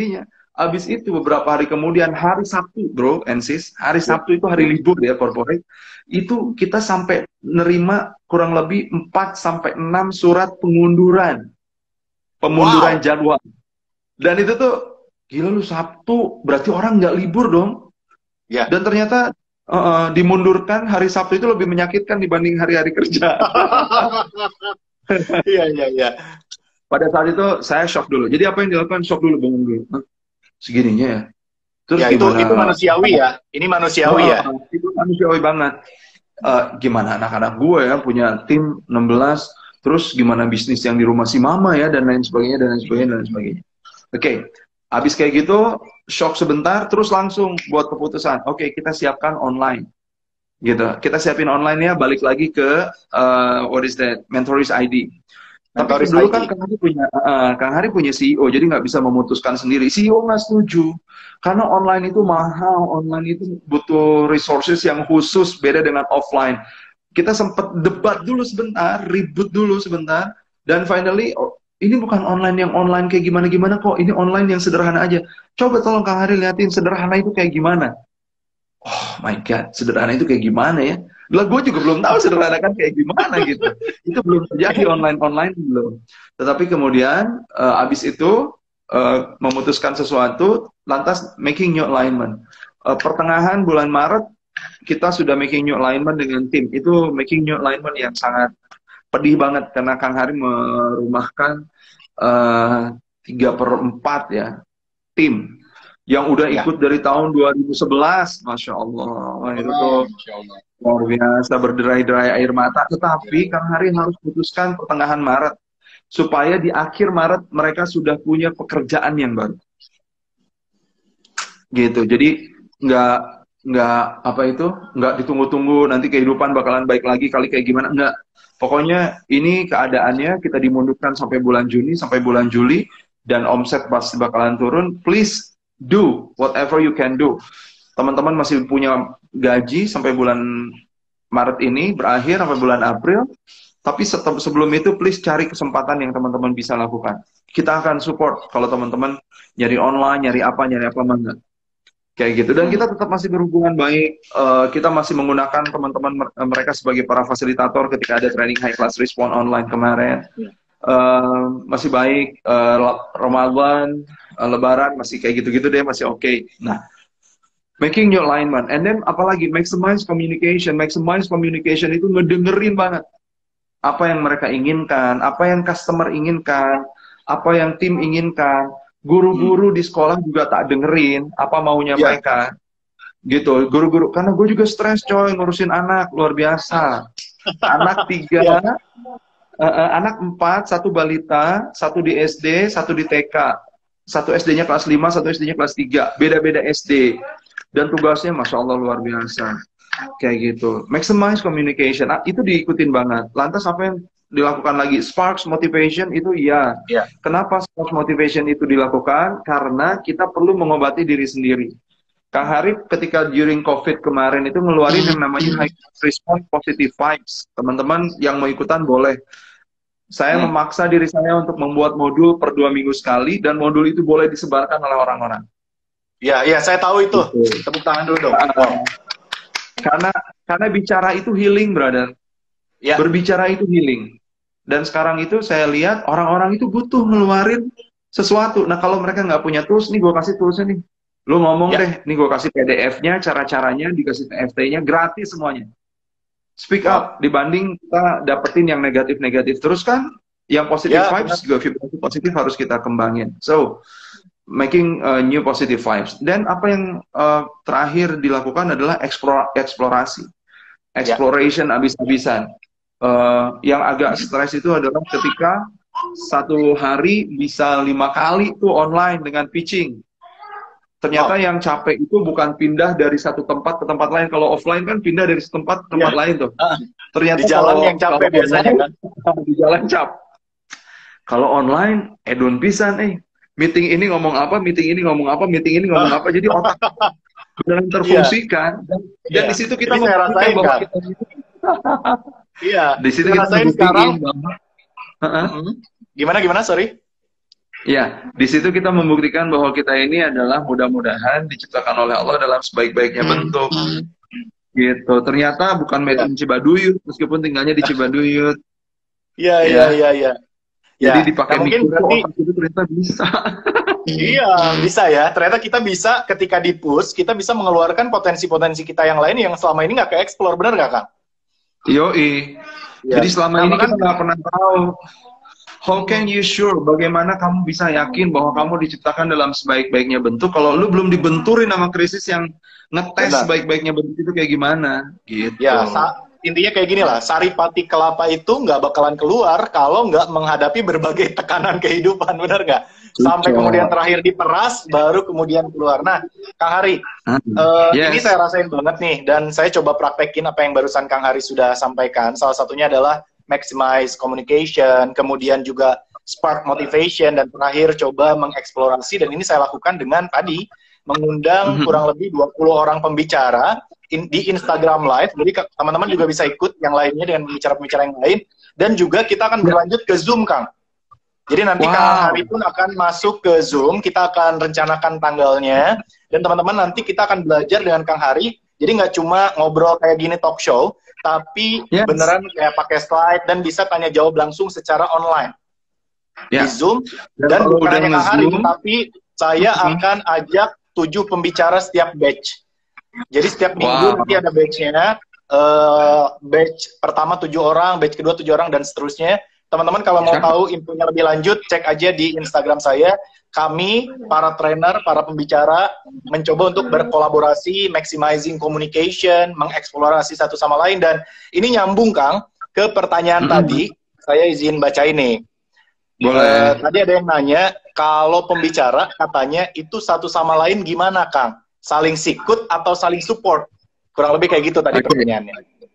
Speaker 1: Habis itu beberapa hari kemudian, hari Sabtu, bro and sis, hari Sabtu itu hari libur ya corporate, itu kita sampai nerima kurang lebih empat sampai enam surat pengunduran. Pemunduran wow. jadwal. Dan itu tuh, gila lu Sabtu, berarti orang nggak libur dong. Ya. Dan ternyata uh, dimundurkan hari Sabtu itu lebih menyakitkan dibanding hari-hari kerja.
Speaker 2: Iya, iya, iya.
Speaker 1: Pada saat itu saya shock dulu. Jadi apa yang dilakukan? Shock dulu, bangun dulu. Hah? Segininya ya.
Speaker 2: Terus ya, itu, itu manusiawi ya. Ini manusiawi oh, ya.
Speaker 1: Itu manusiawi banget. Uh, gimana anak-anak gue ya punya tim enam belas, terus gimana bisnis yang di rumah si mama ya, dan lain sebagainya, dan lain sebagainya, dan lain sebagainya. Oke, okay. Habis kayak gitu, shock sebentar, terus langsung buat keputusan. Oke, okay, kita siapkan online. Gitu. Kita siapin online-nya, balik lagi ke, uh, what is that, Mentoris I D. Tapi dulu kan Kang Hari punya, uh, Kang Hari punya C E O, jadi nggak bisa memutuskan sendiri. C E O nggak setuju, karena online itu mahal, online itu butuh resources yang khusus, beda dengan offline. Kita sempat debat dulu sebentar, ribut dulu sebentar, dan finally, oh, ini bukan online yang online kayak gimana-gimana kok, ini online yang sederhana aja. Coba tolong Kang Hari liatin sederhana itu kayak gimana. Oh my God, sederhana itu kayak gimana ya? Lah gue juga belum tahu sederhana kan kayak gimana gitu. Itu belum terjadi online-online belum. Tetapi kemudian uh, abis itu uh, memutuskan sesuatu, lantas making new alignment. Uh, pertengahan bulan Maret kita sudah making new alignment dengan tim. Itu making new alignment yang sangat pedih banget karena Kang Hari merumahkan uh, tiga per empat ya tim yang udah ikut ya. Dari tahun dua ribu sebelas, Masya Allah. Wah, itu tuh luar biasa, berderai-derai air mata. Tetapi Kang Hari harus putuskan pertengahan Maret, supaya di akhir Maret mereka sudah punya pekerjaan yang baru. Gitu, jadi nggak, nggak apa itu, nggak ditunggu-tunggu, nanti kehidupan bakalan baik lagi kali kayak gimana, nggak. Pokoknya ini keadaannya, kita dimundurkan sampai bulan Juni, sampai bulan Juli, dan omset pasti bakalan turun. Please, do whatever you can do. Teman-teman masih punya gaji sampai bulan Maret ini berakhir, sampai bulan April. Tapi sebelum itu please cari kesempatan yang teman-teman bisa lakukan. Kita akan support kalau teman-teman nyari online, nyari apa, nyari apa, enggak. Kayak gitu. Dan kita tetap masih berhubungan baik. Uh, kita masih menggunakan teman-teman mereka sebagai para fasilitator ketika ada training high class respond online kemarin. Uh, masih baik. Uh, Ramadan, Lebaran masih kayak gitu-gitu deh, masih oke. Okay. Nah, making your alignment, and then apalagi maximize communication. Maximize communication itu ngedengerin banget apa yang mereka inginkan, apa yang customer inginkan, apa yang tim inginkan. Guru-guru hmm. di sekolah juga tak dengerin apa maunya yeah. mereka. Gitu, guru-guru. Karena gue juga stres coy ngurusin anak, luar biasa. Anak tiga, yeah. uh, uh, anak empat, satu balita, satu di S D, satu di T K. Satu S D-nya kelas lima, satu S D-nya kelas tiga. Beda-beda S D. Dan tugasnya Masya Allah luar biasa. Kayak gitu. Maximize communication. Nah, itu diikutin banget. Lantas apa yang dilakukan lagi? Sparks motivation itu iya. Yeah. Kenapa Sparks motivation itu dilakukan? Karena kita perlu mengobati diri sendiri. Kang Hari ketika during COVID kemarin itu ngeluarin yang namanya high response positive vibes. Teman-teman yang mau ikutan boleh. Saya hmm. memaksa diri saya untuk membuat modul per dua minggu sekali, dan modul itu boleh disebarkan oleh orang-orang.
Speaker 2: Ya, ya, saya tahu itu. Gitu. Tepuk tangan dulu dong.
Speaker 1: Wow. Karena karena bicara itu healing, brother. Ya. Berbicara itu healing. Dan sekarang itu saya lihat orang-orang itu butuh ngeluarin sesuatu. Nah, kalau mereka nggak punya tools, nih gue kasih toolsnya nih. Lu ngomong ya. deh, nih gue kasih P D F-nya, cara-caranya, dikasih T F T-nya, gratis semuanya. Speak up dibanding kita dapetin yang negatif-negatif terus kan, yang positive yeah, vibes juga vibrasi positif harus kita kembangin. So making uh, new positive vibes. Dan apa yang uh, terakhir dilakukan adalah eksplor eksplorasi, exploration yeah. abis-abisan. Uh, yang agak stres itu adalah ketika satu hari bisa lima kali tuh online dengan pitching. Ternyata oh. yang capek itu bukan pindah dari satu tempat ke tempat lain. Kalau offline kan pindah dari satu tempat ke tempat yeah. lain tuh. Ternyata
Speaker 2: di jalan kalau, yang capek biasanya
Speaker 1: online, kan. Di jalan cap. Kalau online, edun pisan eh. Meeting ini ngomong apa, meeting ini ngomong apa, meeting ini ngomong apa. Jadi otak benar terfungsikan. Yeah. Dan, yeah. dan di situ kita
Speaker 2: mau rasain kan. Iya.
Speaker 1: Di situ kita rasain
Speaker 2: sekarang. Uh -huh. Gimana gimana sorry?
Speaker 1: Ya, di situ kita membuktikan bahwa kita ini adalah mudah-mudahan diciptakan oleh Allah dalam sebaik-baiknya bentuk. Gitu. Ternyata bukan made in Cibaduyut, meskipun tinggalnya di Cibaduyut.
Speaker 2: Iya, iya, iya, iya.
Speaker 1: Jadi
Speaker 2: Ya,
Speaker 1: dipakai
Speaker 2: nah mungkin
Speaker 1: mikro
Speaker 2: berarti
Speaker 1: otak itu ternyata bisa.
Speaker 2: iya, bisa ya. Ternyata kita bisa ketika di-push, kita bisa mengeluarkan potensi-potensi kita yang lain yang selama ini nggak ke-explore, bener nggak, Kang?
Speaker 1: Yoi.
Speaker 2: Ya.
Speaker 1: Jadi selama
Speaker 2: Nah,
Speaker 1: ini
Speaker 2: bahkan
Speaker 1: kita nggak pernah tahu. How can you sure? Bagaimana kamu bisa yakin bahwa kamu diciptakan dalam sebaik-baiknya bentuk kalau lu belum dibenturin sama krisis yang ngetes sebaik-baiknya bentuk itu kayak gimana? Gitu.
Speaker 2: Ya, intinya kayak gini lah, saripati kelapa itu nggak bakalan keluar kalau nggak menghadapi berbagai tekanan kehidupan, bener nggak? Sampai kemudian terakhir diperas, baru kemudian keluar. Nah, Kang Hari, hmm. uh, yes. ini saya rasain banget nih, dan saya coba praktekin apa yang barusan Kang Hari sudah sampaikan. Salah satunya adalah maximize communication, kemudian juga spark motivation, dan terakhir coba mengeksplorasi, dan ini saya lakukan dengan tadi, mengundang mm-hmm. kurang lebih dua puluh orang pembicara in, di Instagram Live, jadi teman-teman juga bisa ikut yang lainnya dengan pembicara-pembicara yang lain, dan juga kita akan berlanjut ke Zoom, Kang. Jadi nanti wow. Kang Hari pun akan masuk ke Zoom, kita akan rencanakan tanggalnya, dan teman-teman nanti kita akan belajar dengan Kang Hari, jadi nggak cuma ngobrol kayak gini talk show, tapi yes. beneran kayak pakai slide dan bisa tanya jawab langsung secara online yeah. di Zoom. Dan, dan bukan hanya Kang Hari, tapi saya mm-hmm. akan ajak tujuh pembicara setiap batch. Jadi setiap minggu wow. nanti ada batch-nya. Uh, batch pertama tujuh orang, batch kedua tujuh orang, dan seterusnya. Teman-teman kalau mau tahu infonya lebih lanjut, cek aja di Instagram saya. Kami, para trainer, para pembicara, mencoba untuk berkolaborasi, maximizing communication, mengeksplorasi satu sama lain. Dan ini nyambung, Kang, ke pertanyaan mm-hmm. tadi. Saya izin baca ini.
Speaker 1: Boleh.
Speaker 2: Uh, tadi ada yang nanya, kalau pembicara katanya itu satu sama lain gimana, Kang? Saling sikut atau saling support? Kurang lebih kayak gitu tadi okay. pertanyaannya.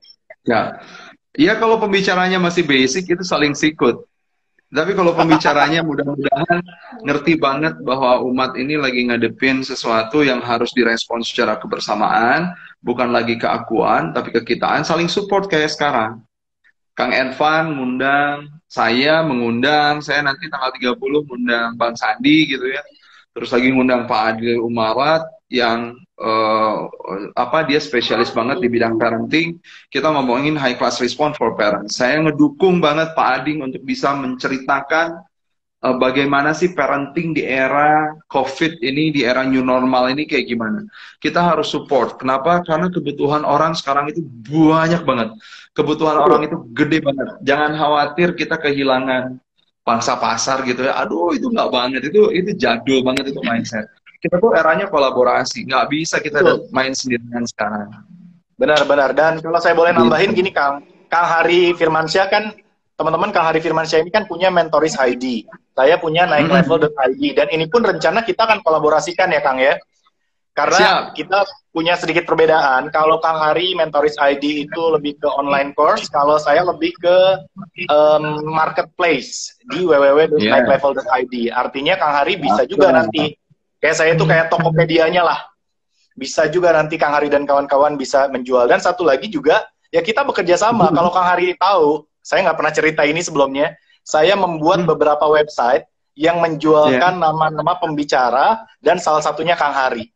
Speaker 1: Ya. Ya kalau pembicaranya masih basic itu saling sikut. Tapi kalau pembicaranya mudah-mudahan ngerti banget bahwa umat ini lagi ngadepin sesuatu yang harus direspon secara kebersamaan, bukan lagi keakuan, tapi kekitaan, saling support kayak sekarang. Kang Edvan mengundang, saya mengundang, saya nanti tanggal tiga puluh mengundang Bang Sandi gitu ya. Terus lagi ngundang Pak Adil Umarat yang uh, apa dia spesialis banget di bidang parenting. Kita ngomongin high class response for parents. Saya ngedukung banget Pak Ading untuk bisa menceritakan uh, bagaimana sih parenting di era COVID ini, di era new normal ini kayak gimana. Kita harus support. Kenapa? Karena kebutuhan orang sekarang itu banyak banget. Kebutuhan orang itu gede banget. Jangan khawatir kita kehilangan pangsa pasar gitu ya. Aduh itu nggak banget. Itu itu jadul banget itu mindset. Kita tuh eranya kolaborasi, nggak bisa kita Betul. main sendirian sekarang.
Speaker 2: Benar-benar. Dan kalau saya boleh nambahin gini, Kang, Kang Hari Firmansyah kan, teman-teman Kang Hari Firmansyah ini kan punya Mentoris I D. Saya punya naik level dot I D. Dan ini pun rencana kita akan kolaborasikan ya, Kang ya. Karena Siap. kita punya sedikit perbedaan. Kalau Kang Hari Mentoris I D itu lebih ke online course, kalau saya lebih ke um, marketplace di w w w dot naik level dot I D. Artinya Kang Hari bisa juga nanti kayak saya itu kayak Tokopedia-nya lah. Bisa juga nanti Kang Hari dan kawan-kawan bisa menjual. Dan satu lagi juga, ya kita bekerja sama. Kalau Kang Hari tahu, saya nggak pernah cerita ini sebelumnya, saya membuat beberapa website yang menjualkan nama-nama yeah. pembicara, dan salah satunya Kang Hari.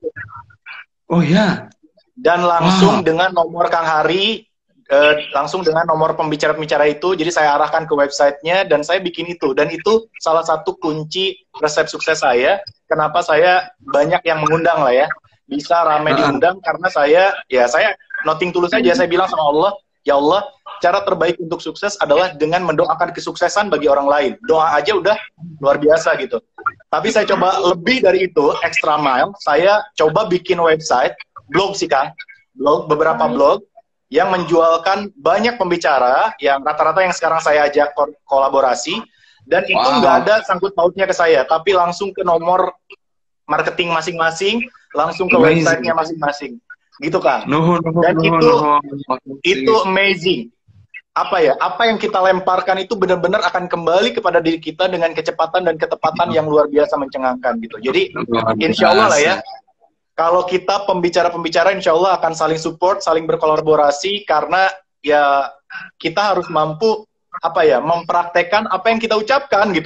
Speaker 1: Oh ya? Yeah.
Speaker 2: Dan langsung wow. dengan nomor Kang Hari, eh, langsung dengan nomor pembicara-pembicara itu, jadi saya arahkan ke websitenya, dan saya bikin itu. Dan itu salah satu kunci resep sukses saya. Kenapa saya banyak yang mengundang lah ya, bisa rame diundang karena saya, ya saya noting tulus aja, saya bilang sama Allah, ya Allah, cara terbaik untuk sukses adalah dengan mendoakan kesuksesan bagi orang lain. Doa aja udah luar biasa gitu. Tapi saya coba lebih dari itu, extra mile, saya coba bikin website, blog sih Kang, blog, beberapa blog, yang menjualkan banyak pembicara, yang rata-rata yang sekarang saya ajak kolaborasi, dan itu nggak wow. ada sangkut pautnya ke saya, tapi langsung ke nomor marketing masing-masing, langsung ke websitenya masing-masing, gitu Kang.
Speaker 1: No, no,
Speaker 2: dan
Speaker 1: no,
Speaker 2: itu
Speaker 1: no, no.
Speaker 2: itu amazing. Apa ya? Apa yang kita lemparkan itu benar-benar akan kembali kepada diri kita dengan kecepatan dan ketepatan yang luar biasa mencengangkan gitu. Jadi insya Allah lah ya. Kalau kita pembicara-pembicara insya Allah akan saling support, saling berkolaborasi, karena ya kita harus mampu apa ya, mempraktekkan apa yang kita ucapkan gitu loh.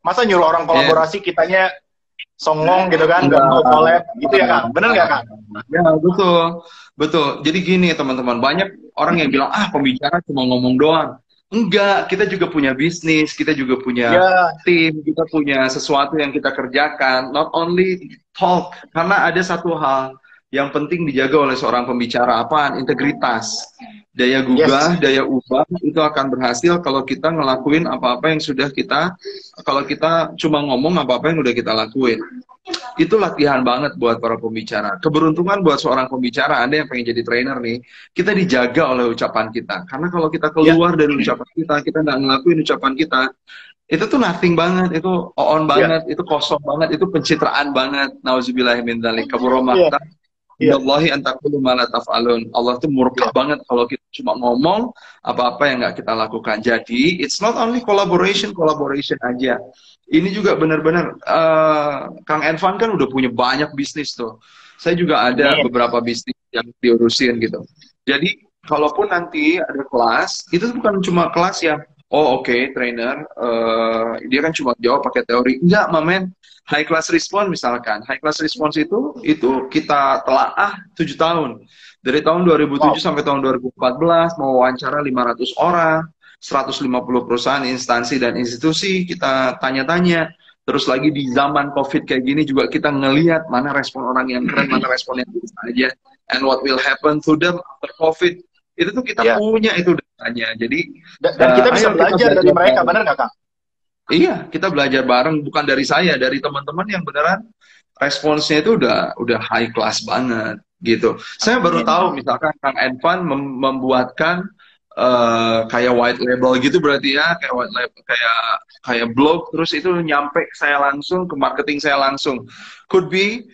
Speaker 2: Masa nyuruh orang kolaborasi yeah. kitanya songong gitu kan, nggak mau collab gitu ya Kang? Bener nggak Kang?
Speaker 1: Ya betul, betul. Jadi gini teman-teman, banyak orang yang bilang ah pembicara cuma ngomong doang. Enggak, kita juga punya bisnis, kita juga punya yeah. tim, kita punya sesuatu yang kita kerjakan. Not only talk, karena ada satu hal yang penting dijaga oleh seorang pembicara, apaan? Integritas. Daya gugah, yes. daya ubah, itu akan berhasil kalau kita ngelakuin apa-apa yang sudah kita, kalau kita cuma ngomong apa-apa yang udah kita lakuin. Itu latihan banget buat para pembicara. Keberuntungan buat seorang pembicara, Anda yang pengen jadi trainer nih, kita dijaga oleh ucapan kita. Karena kalau kita keluar yeah. dari ucapan kita, kita nggak ngelakuin ucapan kita, itu tuh nothing banget, itu on banget, yeah. itu kosong banget, itu pencitraan banget. Nauzubillahi min dzalik. Kabura maqta. Allahi antakulu malah taf'alun. Allah tuh murka yeah. banget kalau kita cuma ngomong apa-apa yang nggak kita lakukan. Jadi, it's not only collaboration, collaboration aja. Ini juga benar-benar, uh, Kang Envan kan udah punya banyak bisnis tuh. Saya juga ada yeah. beberapa bisnis yang diurusin gitu. Jadi, kalaupun nanti ada kelas, itu bukan cuma kelas yang, oh oke, okay, trainer, uh, dia kan cuma jawab pakai teori. Enggak, mamen. High class response misalkan, high class response itu itu kita telaah tujuh tahun. Dari tahun dua ribu tujuh wow. sampai tahun dua ribu empat belas, mau wawancara lima ratus orang, seratus lima puluh perusahaan, instansi dan institusi, kita tanya-tanya. Terus lagi di zaman COVID kayak gini juga kita ngelihat mana respon orang yang keren, mana respon yang biasa aja, and what will happen to them after COVID. Itu tuh kita yeah. punya itu datanya. Jadi
Speaker 2: dan, dan kita uh, bisa belajar kita dari mereka, benar nggak Kang?
Speaker 1: Iya, kita belajar bareng, bukan dari saya, dari teman-teman yang beneran responsnya itu udah udah high class banget gitu. Saya baru tahu misalkan Kang Envan mem membuatkan uh, kayak white label gitu berarti ya, kayak white label, kayak kayak blog, terus itu nyampe saya langsung ke marketing saya langsung. Could be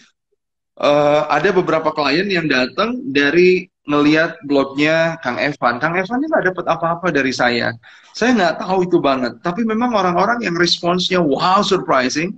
Speaker 1: uh, ada beberapa klien yang datang dari ngelihat blognya Kang Evan. Kang Evan ini nggak dapat apa-apa dari saya. Saya nggak tahu itu banget. Tapi memang orang-orang yang responsnya wow surprising,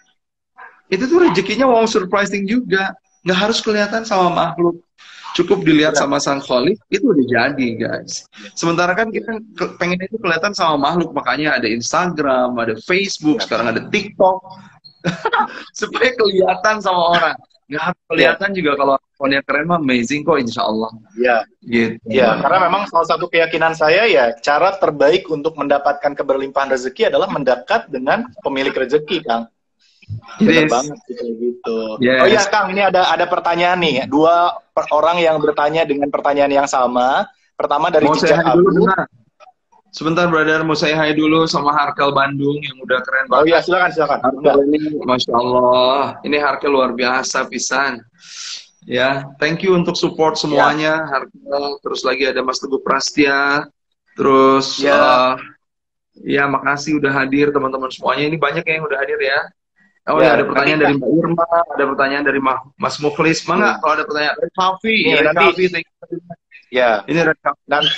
Speaker 1: itu tuh rezekinya wow surprising juga. Nggak harus kelihatan sama makhluk. Cukup dilihat sama sang Khalik, itu udah jadi guys. Sementara kan kita pengen itu kelihatan sama makhluk, makanya ada Instagram, ada Facebook, sekarang ada TikTok. Supaya kelihatan sama orang. Nggak harus kelihatan juga kalau teleponnya keren mah amazing kok insya Allah.
Speaker 2: Iya. Gitu. Ya, karena memang salah satu keyakinan saya ya cara terbaik untuk mendapatkan keberlimpahan rezeki adalah mendekat dengan pemilik rezeki, Kang. Benar yes. banget gitu. gitu. Yes. Oh iya Kang, ini ada ada pertanyaan nih. Dua per orang yang bertanya dengan pertanyaan yang sama. Pertama dari Jejak Abu.
Speaker 1: Sebentar, brother, mau saya hai dulu sama Harkel Bandung yang udah keren banget.
Speaker 2: Oh iya, silakan, silakan.
Speaker 1: Harkel ini, Masya Allah, ini Harkel luar biasa, pisan. Ya, thank you untuk support semuanya, ya. Harkel. Terus lagi ada Mas Teguh Prastia. Terus, ya, uh, ya makasih udah hadir teman-teman semuanya. Ini banyak yang udah hadir ya. Oh ya, ya ada pertanyaan dari Mbak Irma, ada pertanyaan dari Mas Mukhlis. Mana hmm. kalau ada pertanyaan dari Kavi, ya, dari Kavi,
Speaker 2: ya, ini nanti,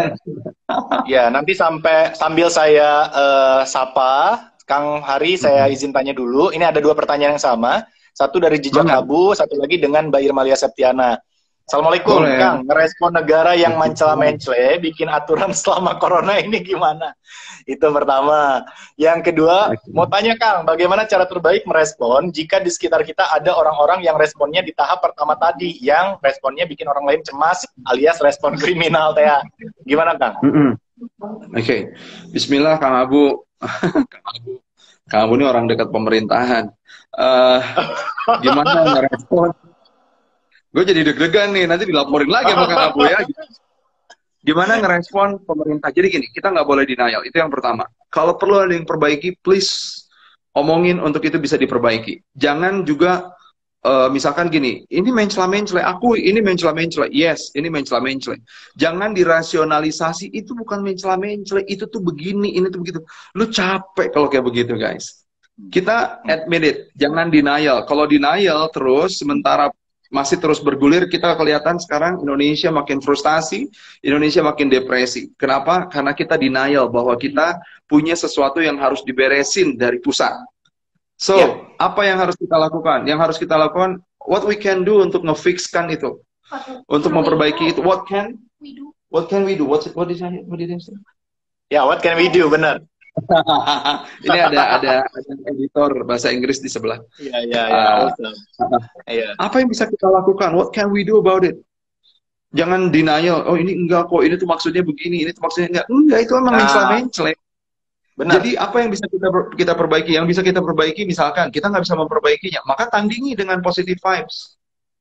Speaker 2: ya nanti sampai sambil saya uh, sapa Kang Hari, saya izin tanya dulu. Ini ada dua pertanyaan yang sama, satu dari Jejak Abu, satu lagi dengan Mbak Irmalia Septiana. Assalamualaikum, boleh. Kang. Ngerespon negara yang mencela-mencela, bikin aturan selama corona ini gimana? Itu pertama. Yang kedua, mau tanya Kang, bagaimana cara terbaik merespon jika di sekitar kita ada orang-orang yang responnya di tahap pertama tadi, yang responnya bikin orang lain cemas, alias respon kriminal, teh. Gimana Kang? Mm -hmm. Oke,
Speaker 1: okay. Bismillah Kang Abu. Kang Abu. Kang Abu ini orang dekat pemerintahan. Uh, gimana merespon? Gue jadi deg-degan nih, nanti dilaporin lagi sama Kang Abu ya. Gimana ngerespon pemerintah? Jadi gini, kita nggak boleh denial, itu yang pertama. Kalau perlu ada yang perbaiki, please omongin untuk itu bisa diperbaiki. Jangan juga, uh, misalkan gini, ini mencela-mencela, aku ini mencela-mencela. Yes, ini mencela-mencela. Jangan dirasionalisasi, itu bukan mencela-mencela, itu tuh begini, ini tuh begitu. Lu capek kalau kayak begitu guys. Kita admit it, jangan denial. Kalau denial terus, sementara masih terus bergulir, kita kelihatan sekarang Indonesia makin frustasi, Indonesia makin depresi. Kenapa? Karena kita denial bahwa kita punya sesuatu yang harus diberesin dari pusat. So, yeah. apa yang harus kita lakukan? Yang harus kita lakukan, what we can do untuk ngefixkan itu, untuk memperbaiki itu. What can we do? What can we do? What what did I, what did I say?
Speaker 2: Ya, yeah, what can we do? Benar.
Speaker 1: Ini ada ada ada editor bahasa Inggris di sebelah.
Speaker 2: Iya, iya, iya.
Speaker 1: Uh,
Speaker 2: Awesome. Iya.
Speaker 1: Apa yang bisa kita lakukan? What can we do about it? Jangan denial. Oh ini enggak kok. Ini tuh maksudnya begini. Ini tuh maksudnya enggak. Enggak, itu emang
Speaker 2: Nah,
Speaker 1: mencela-mencela.
Speaker 2: benar.
Speaker 1: Jadi apa yang bisa kita kita perbaiki? Yang bisa kita perbaiki misalkan kita nggak bisa memperbaikinya, maka tandingi dengan positive vibes.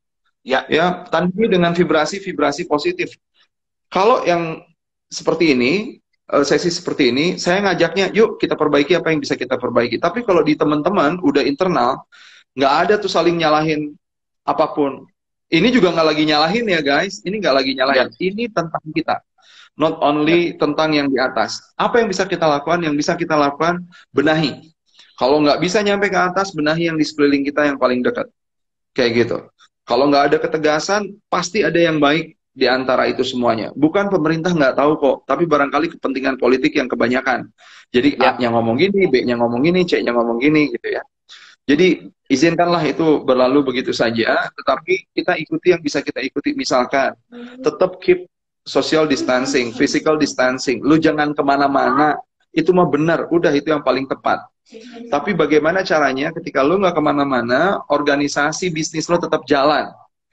Speaker 2: Ya.
Speaker 1: Ya, tandingi dengan vibrasi-vibrasi positif. Kalau yang seperti ini, sesi seperti ini, saya ngajaknya, yuk kita perbaiki apa yang bisa kita perbaiki. Tapi kalau di teman-teman udah internal, nggak ada tuh saling nyalahin apapun. Ini juga nggak lagi nyalahin ya guys, ini nggak lagi nyalahin. Ya. Ini tentang kita. Not only tentang yang di atas. Apa yang bisa kita lakukan? Yang bisa kita lakukan, benahi. Kalau nggak bisa nyampe ke atas, benahi yang di sekeliling kita yang paling dekat. Kayak gitu. Kalau nggak ada ketegasan, pasti ada yang baik di antara itu semuanya. Bukan pemerintah nggak tahu kok, tapi barangkali kepentingan politik yang kebanyakan. Jadi ya. A-nya ngomong gini, B-nya ngomong gini, C-nya ngomong gini, gitu ya. Jadi izinkanlah itu berlalu begitu saja, tetapi kita ikuti yang bisa kita ikuti. Misalkan, tetap keep social distancing, physical distancing. Lu jangan kemana-mana, itu mah benar, udah itu yang paling tepat. Tapi bagaimana caranya ketika lu nggak kemana-mana, organisasi bisnis lo tetap jalan.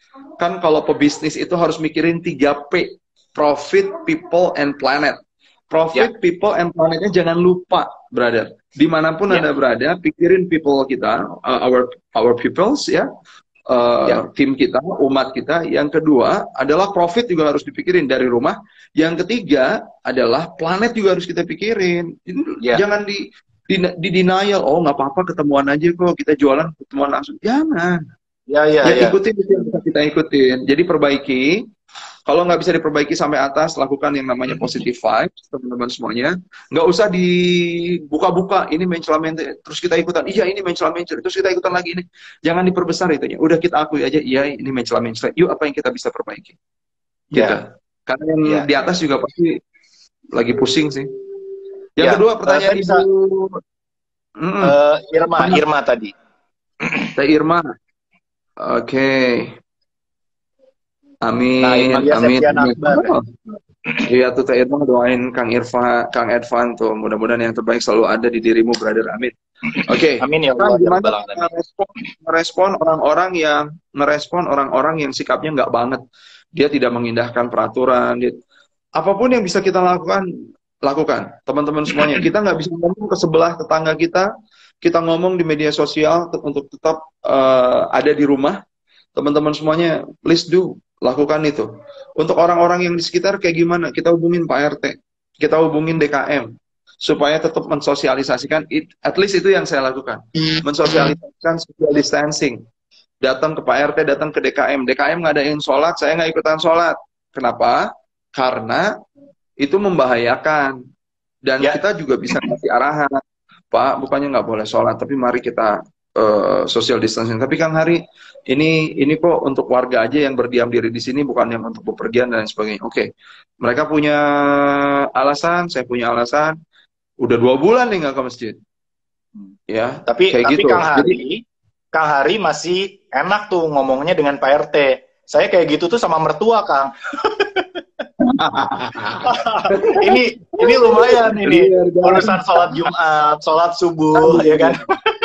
Speaker 1: Kan kalau pebisnis itu harus mikirin tiga P, profit, people, and planet. Profit, yeah. people, and planetnya jangan lupa, brother. Dimanapun yeah. Anda berada, pikirin people kita, uh, our our peoples, ya. Uh, ya. Tim kita, umat kita. Yang kedua adalah profit juga harus dipikirin dari rumah. Yang ketiga adalah planet juga harus kita pikirin. Ya. Jangan di, di, di denial. Oh nggak apa-apa, ketemuan aja kok, kita jualan ketemuan langsung. Jangan. Ya, ya, ya, ya. Ikutin itu yang bisa kita ikutin. Jadi perbaiki. Kalau nggak bisa diperbaiki sampai atas, lakukan yang namanya positive vibes, teman-teman semuanya. Nggak usah dibuka-buka, ini mencela-mencela, terus kita ikutan, iya ini mencela-mencela, terus kita ikutan lagi ini. Jangan diperbesar itunya. Udah kita akui aja, iya ini mencela-mencela. Yuk apa yang kita bisa perbaiki. Gitu. Ya. Karena yang ya. Di atas juga pasti lagi pusing sih. Yang ya. Kedua pertanyaan uh, Ibu
Speaker 2: hmm. uh, Irma, Irma, Irma tadi.
Speaker 1: Teh Irma. Oke. Okay. Amin, nah, amin. amin. Oh. Iya tuh Teh Irma doain Kang Irfa, Kang Edvan tuh. Mudah-mudahan yang terbaik selalu ada di dirimu, brother. Amin. Oke. Okay.
Speaker 2: Amin ya
Speaker 1: Allah. Gimana merespon, merespon orang-orang yang merespon orang-orang yang sikapnya nggak banget. Dia tidak mengindahkan peraturan. Dia, apapun yang bisa kita lakukan, lakukan. Teman-teman semuanya. Kita nggak bisa ngomong ke sebelah tetangga kita. Kita ngomong di media sosial untuk tetap uh, ada di rumah. Teman-teman semuanya, please do. Lakukan itu. Untuk orang-orang yang di sekitar kayak gimana? Kita hubungin Pak R T. Kita hubungin D K M. Supaya tetap mensosialisasikan. It, at least itu yang saya lakukan. Mensosialisasikan social distancing. Datang ke Pak R T, datang ke D K M. D K M ngadain sholat, saya nggak ikutan sholat. Kenapa? Karena itu membahayakan. Dan ya. Kita juga bisa kasih arahan. Pak, bukannya nggak boleh sholat, tapi mari kita uh, social distancing. Tapi Kang Hari, ini ini kok untuk warga aja yang berdiam diri di sini, bukan yang untuk bepergian dan sebagainya. Oke, okay. Mereka punya alasan, saya punya alasan. Udah dua bulan nih nggak ke masjid. Ya,
Speaker 2: tapi
Speaker 1: kayak
Speaker 2: tapi
Speaker 1: gitu.
Speaker 2: Kang Hari, Jadi, Kang Hari masih enak tuh ngomongnya dengan Pak R T. Saya kayak gitu tuh sama mertua, Kang. ini ini lumayan ini urusan sholat Jumat, sholat subuh, ya kan?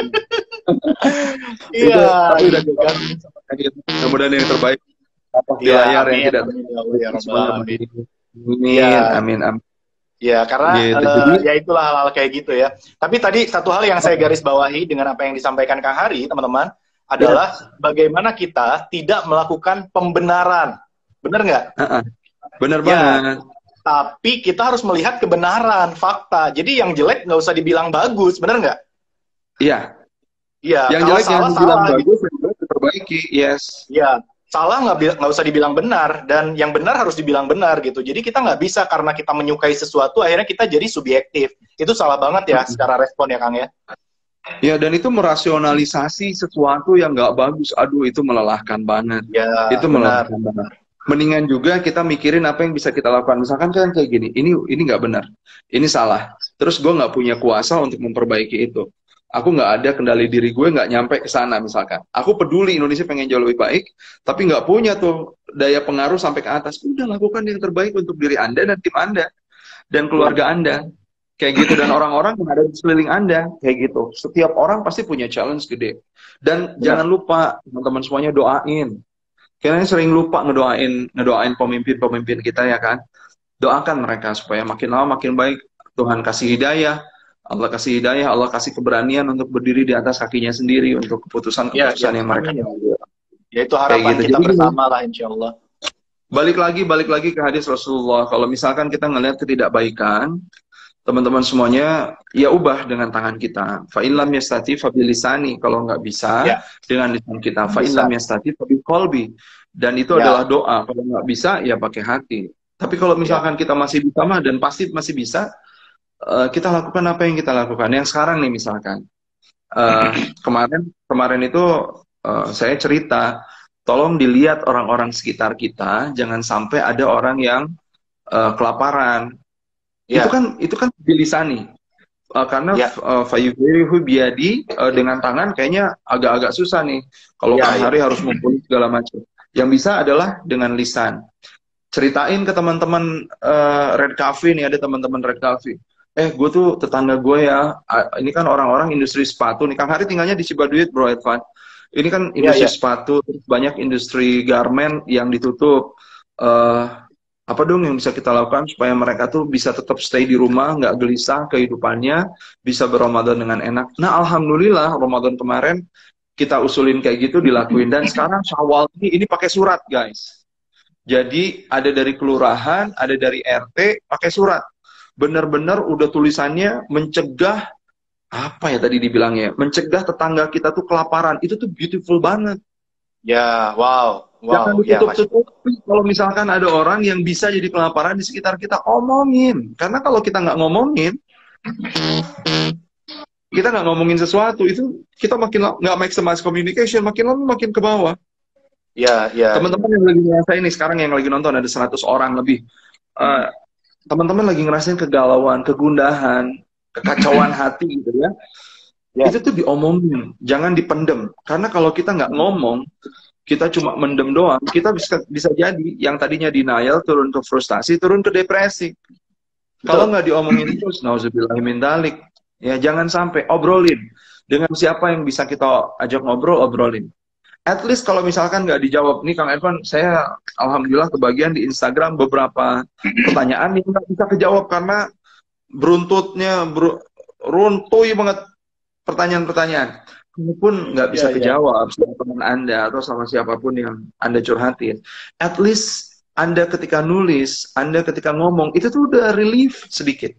Speaker 2: Iya.
Speaker 1: Tapi udah kan. Mudah-mudahan yang terbaik. Di layar yang tidak. Amin, amin, amin.
Speaker 2: Ya, karena gitu. uh, ya itulah hal-hal kayak gitu ya. Tapi tadi satu hal yang saya garis bawahi dengan apa yang disampaikan Kang Hari, teman-teman, adalah ya. Bagaimana kita tidak melakukan pembenaran. Benar nggak? Uh-uh.
Speaker 1: Benar ya, banget.
Speaker 2: Tapi kita harus melihat kebenaran, fakta. Jadi yang jelek nggak usah dibilang bagus, benar nggak?
Speaker 1: Iya.
Speaker 2: Iya.
Speaker 1: Yang jelek yang dibilang bagus, yang jelek diperbaiki. Yes.
Speaker 2: Iya. Salah nggak nggak usah dibilang benar, dan yang benar harus dibilang benar gitu. Jadi kita nggak bisa karena kita menyukai sesuatu, akhirnya kita jadi subjektif. Itu salah banget ya hmm. secara respon ya Kang ya.
Speaker 1: Ya, dan itu merasionalisasi sesuatu yang nggak bagus. Aduh, itu melelahkan banget.
Speaker 2: Ya,
Speaker 1: itu
Speaker 2: benar.
Speaker 1: melelahkan banget. Mendingan juga kita mikirin apa yang bisa kita lakukan. Misalkan kan kayak gini, ini ini nggak benar, ini salah. Terus gue nggak punya kuasa untuk memperbaiki itu. Aku nggak ada kendali diri gue, nggak nyampe ke sana misalkan. Aku peduli Indonesia pengen jauh lebih baik, tapi nggak punya tuh daya pengaruh sampai ke atas. Udah lakukan yang terbaik untuk diri Anda dan tim Anda dan keluarga Anda. Kayak gitu, dan orang-orang yang ada di sekeliling Anda kayak gitu. Setiap orang pasti punya challenge gede. Dan
Speaker 2: Benar.
Speaker 1: jangan lupa teman-teman semuanya doain. Karena sering lupa ngedoain ngedoain pemimpin-pemimpin kita ya kan. Doakan mereka supaya makin lama makin baik. Tuhan kasih hidayah, Allah kasih hidayah, Allah kasih keberanian untuk berdiri di atas kakinya sendiri untuk keputusan-keputusan
Speaker 2: Ya, ya,
Speaker 1: yang mereka
Speaker 2: amin.
Speaker 1: ambil.
Speaker 2: Ya itu harapan
Speaker 1: Kayak gitu.
Speaker 2: kita
Speaker 1: Jadi,
Speaker 2: bersama lah insya Allah.
Speaker 1: Balik lagi, balik lagi ke hadis Rasulullah. Kalau misalkan kita ngelihat ketidakbaikan, teman-teman semuanya, ya ubah dengan tangan kita. Fa illam yastati fa bilisani. Kalau nggak bisa,
Speaker 2: Ya.
Speaker 1: dengan lisan kita. Fa
Speaker 2: Bisa.
Speaker 1: illam yastati fa biqalbi. Dan itu
Speaker 2: Ya.
Speaker 1: adalah doa. Kalau nggak bisa, ya pakai hati. Tapi kalau misalkan kita masih bisa mah, dan pasti masih bisa, uh, kita lakukan apa yang kita lakukan. Yang sekarang nih misalkan, uh, kemarin kemarin itu uh, saya cerita, tolong dilihat orang-orang sekitar kita, jangan sampai ada orang yang uh, kelaparan.
Speaker 2: Ya.
Speaker 1: Itu kan itu kan bilisani. Uh, karena
Speaker 2: Ya.
Speaker 1: fayuhirihu biadi uh, dengan tangan kayaknya agak-agak susah nih. Kalau
Speaker 2: Ya,
Speaker 1: Kang
Speaker 2: ya.
Speaker 1: Hari harus ngumpulin segala macam. Yang bisa adalah dengan lisan. Ceritain ke teman-teman uh, Red Cafe nih, ada teman-teman Red Cafe. Eh, gue tuh tetangga gue ya. Uh, ini kan orang-orang industri sepatu nih. Kang Hari tinggalnya di Cibaduit, Bro Edvan. Ini kan industri
Speaker 2: Ya, ya.
Speaker 1: sepatu, banyak industri garment yang ditutup. Uh, apa dong yang bisa kita lakukan supaya mereka tuh bisa tetap stay di rumah, nggak gelisah kehidupannya, bisa berRamadan dengan enak. Nah, alhamdulillah Ramadan kemarin kita usulin kayak gitu, dilakuin. Dan sekarang Syawal ini ini pakai surat, guys. Jadi ada dari kelurahan, ada dari R T pakai surat. Bener-bener udah tulisannya mencegah, apa ya tadi dibilangnya, mencegah tetangga kita tuh kelaparan. Itu tuh beautiful banget.
Speaker 2: Ya, wow.
Speaker 1: Jangan
Speaker 2: Wow, ya,
Speaker 1: ditutup-tutupi. Kalau misalkan ada orang yang bisa jadi kelaparan di sekitar kita, omongin. Karena kalau kita nggak ngomongin, kita nggak ngomongin sesuatu, itu kita makin nggak maximize communication, makin lama makin ke bawah.
Speaker 2: Ya, ya.
Speaker 1: Teman-teman yang lagi ngerasain nih, sekarang yang lagi nonton ada seratus orang lebih. Uh, teman-teman lagi ngerasain kegalauan, kegundahan, kekacauan hati gitu ya. Ya. Itu tuh diomongin, jangan dipendem. Karena kalau kita nggak ngomong, kita cuma mendem doang, kita bisa bisa jadi yang tadinya denial turun ke frustasi, turun ke depresi. Betul. Kalau nggak diomongin terus, nauzubillahi min dzalik. Ya jangan sampai, obrolin. Dengan siapa yang bisa kita ajak ngobrol, obrolin. At least kalau misalkan nggak dijawab, nih Kang Edvan, saya alhamdulillah kebagian di Instagram beberapa pertanyaan yang nggak bisa kejawab karena beruntutnya, ber, runtuy banget pertanyaan-pertanyaan. Walaupun nggak bisa ya, kejawab ya. Sama teman Anda atau sama siapapun yang Anda curhatin, at least Anda ketika nulis, Anda ketika ngomong, itu tuh udah relief sedikit.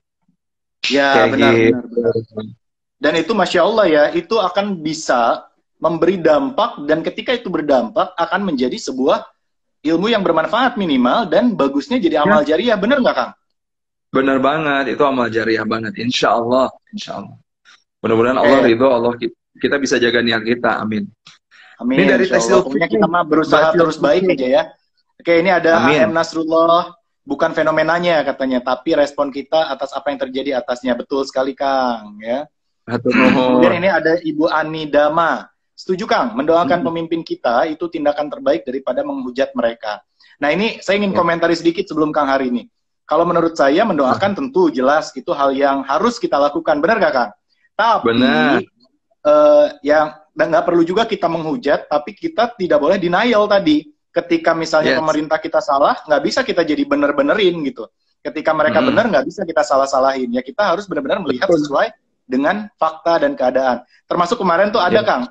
Speaker 2: Ya, benar, gitu. benar, benar. Dan itu Masya Allah ya, itu akan bisa memberi dampak, dan ketika itu berdampak, akan menjadi sebuah ilmu yang bermanfaat minimal, dan bagusnya jadi amal ya. Jariah, benar nggak Kang?
Speaker 1: Benar banget, itu amal jariah banget, insya Allah. Insya Allah. Mudah-mudahan Allah ridho, Allah kita. Kita bisa jaga niat kita, amin.
Speaker 2: Amin. Ini dari tekstil pokoknya kita mah berusaha terus baik aja ya. Oke, ini ada A M Nasrullah, bukan fenomenanya katanya, tapi respon kita atas apa yang terjadi atasnya. Betul sekali Kang, ya. Kemudian ini ada Ibu Ani Dama. Setuju Kang, mendoakan hmm. pemimpin kita itu tindakan terbaik daripada menghujat mereka. Nah ini saya ingin ya. komentari sedikit sebelum Kang Hari ini. Kalau menurut saya mendoakan tentu jelas itu hal yang harus kita lakukan, benar gak Kang? Tapi benar. Uh, yang nggak perlu juga kita menghujat, tapi kita tidak boleh denial tadi. Ketika misalnya yes. pemerintah kita salah, nggak bisa kita jadi bener-benerin gitu. Ketika mereka hmm. benar, nggak bisa kita salah-salahin. Ya kita harus benar-benar melihat Betul. sesuai dengan fakta dan keadaan. Termasuk kemarin tuh ada yeah. Kang,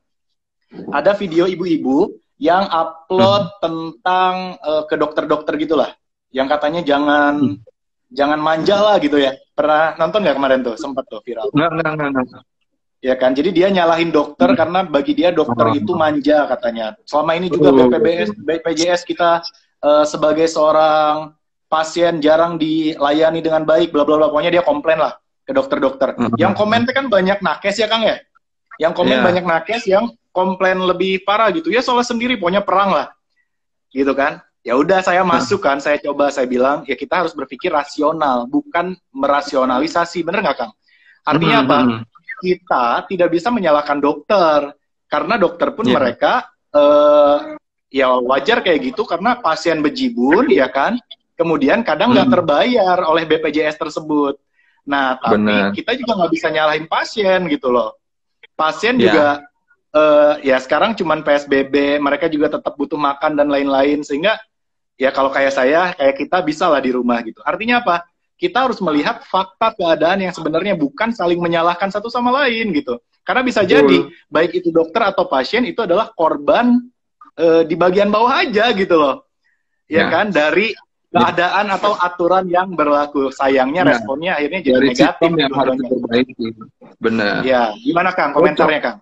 Speaker 2: ada video ibu-ibu yang upload hmm. tentang uh, ke dokter-dokter gitulah, yang katanya jangan hmm. jangan manja lah gitu ya. Pernah nonton nggak kemarin tuh? Sempat tuh viral.
Speaker 1: Nggak, nggak, nggak, nggak.
Speaker 2: Ya kan, jadi dia nyalahin dokter hmm. karena bagi dia dokter itu manja katanya. Selama ini juga B P B S, B P J S kita uh, sebagai seorang pasien jarang dilayani dengan baik, bla bla bla. Pokoknya dia komplain lah ke dokter-dokter. Hmm. Yang komen kan banyak nakes ya Kang ya. Yang komen yeah. banyak nakes, yang komplain lebih parah gitu. Ya soalnya sendiri, pokoknya perang lah, gitu kan. Ya udah saya masuk kan, saya coba saya bilang ya kita harus berpikir rasional, bukan merasionalisasi, bener nggak Kang? Artinya apa? Kita tidak bisa menyalahkan dokter, karena dokter pun yeah. mereka uh, ya wajar kayak gitu karena pasien bejibun ya kan, kemudian kadang nggak hmm. terbayar oleh B P J S tersebut. Nah, tapi
Speaker 1: Benar.
Speaker 2: kita juga nggak bisa nyalahin pasien gitu loh. Pasien
Speaker 1: Ya.
Speaker 2: juga uh, ya sekarang cuman P S B B, mereka juga tetap butuh makan dan lain-lain, sehingga ya kalau kayak saya, kayak kita bisa lah di rumah gitu. Artinya apa? Kita harus melihat fakta keadaan yang sebenarnya, bukan saling menyalahkan satu sama lain gitu. Karena bisa
Speaker 1: Betul.
Speaker 2: jadi baik itu dokter atau pasien itu adalah korban uh, di bagian bawah aja gitu loh. Ya, ya kan, dari keadaan atau aturan yang berlaku. Sayangnya nah, responnya akhirnya jadi
Speaker 1: dari
Speaker 2: negatif
Speaker 1: yang harus diperbaiki. Benar.
Speaker 2: Ya, gimana Kang komentarnya Kang?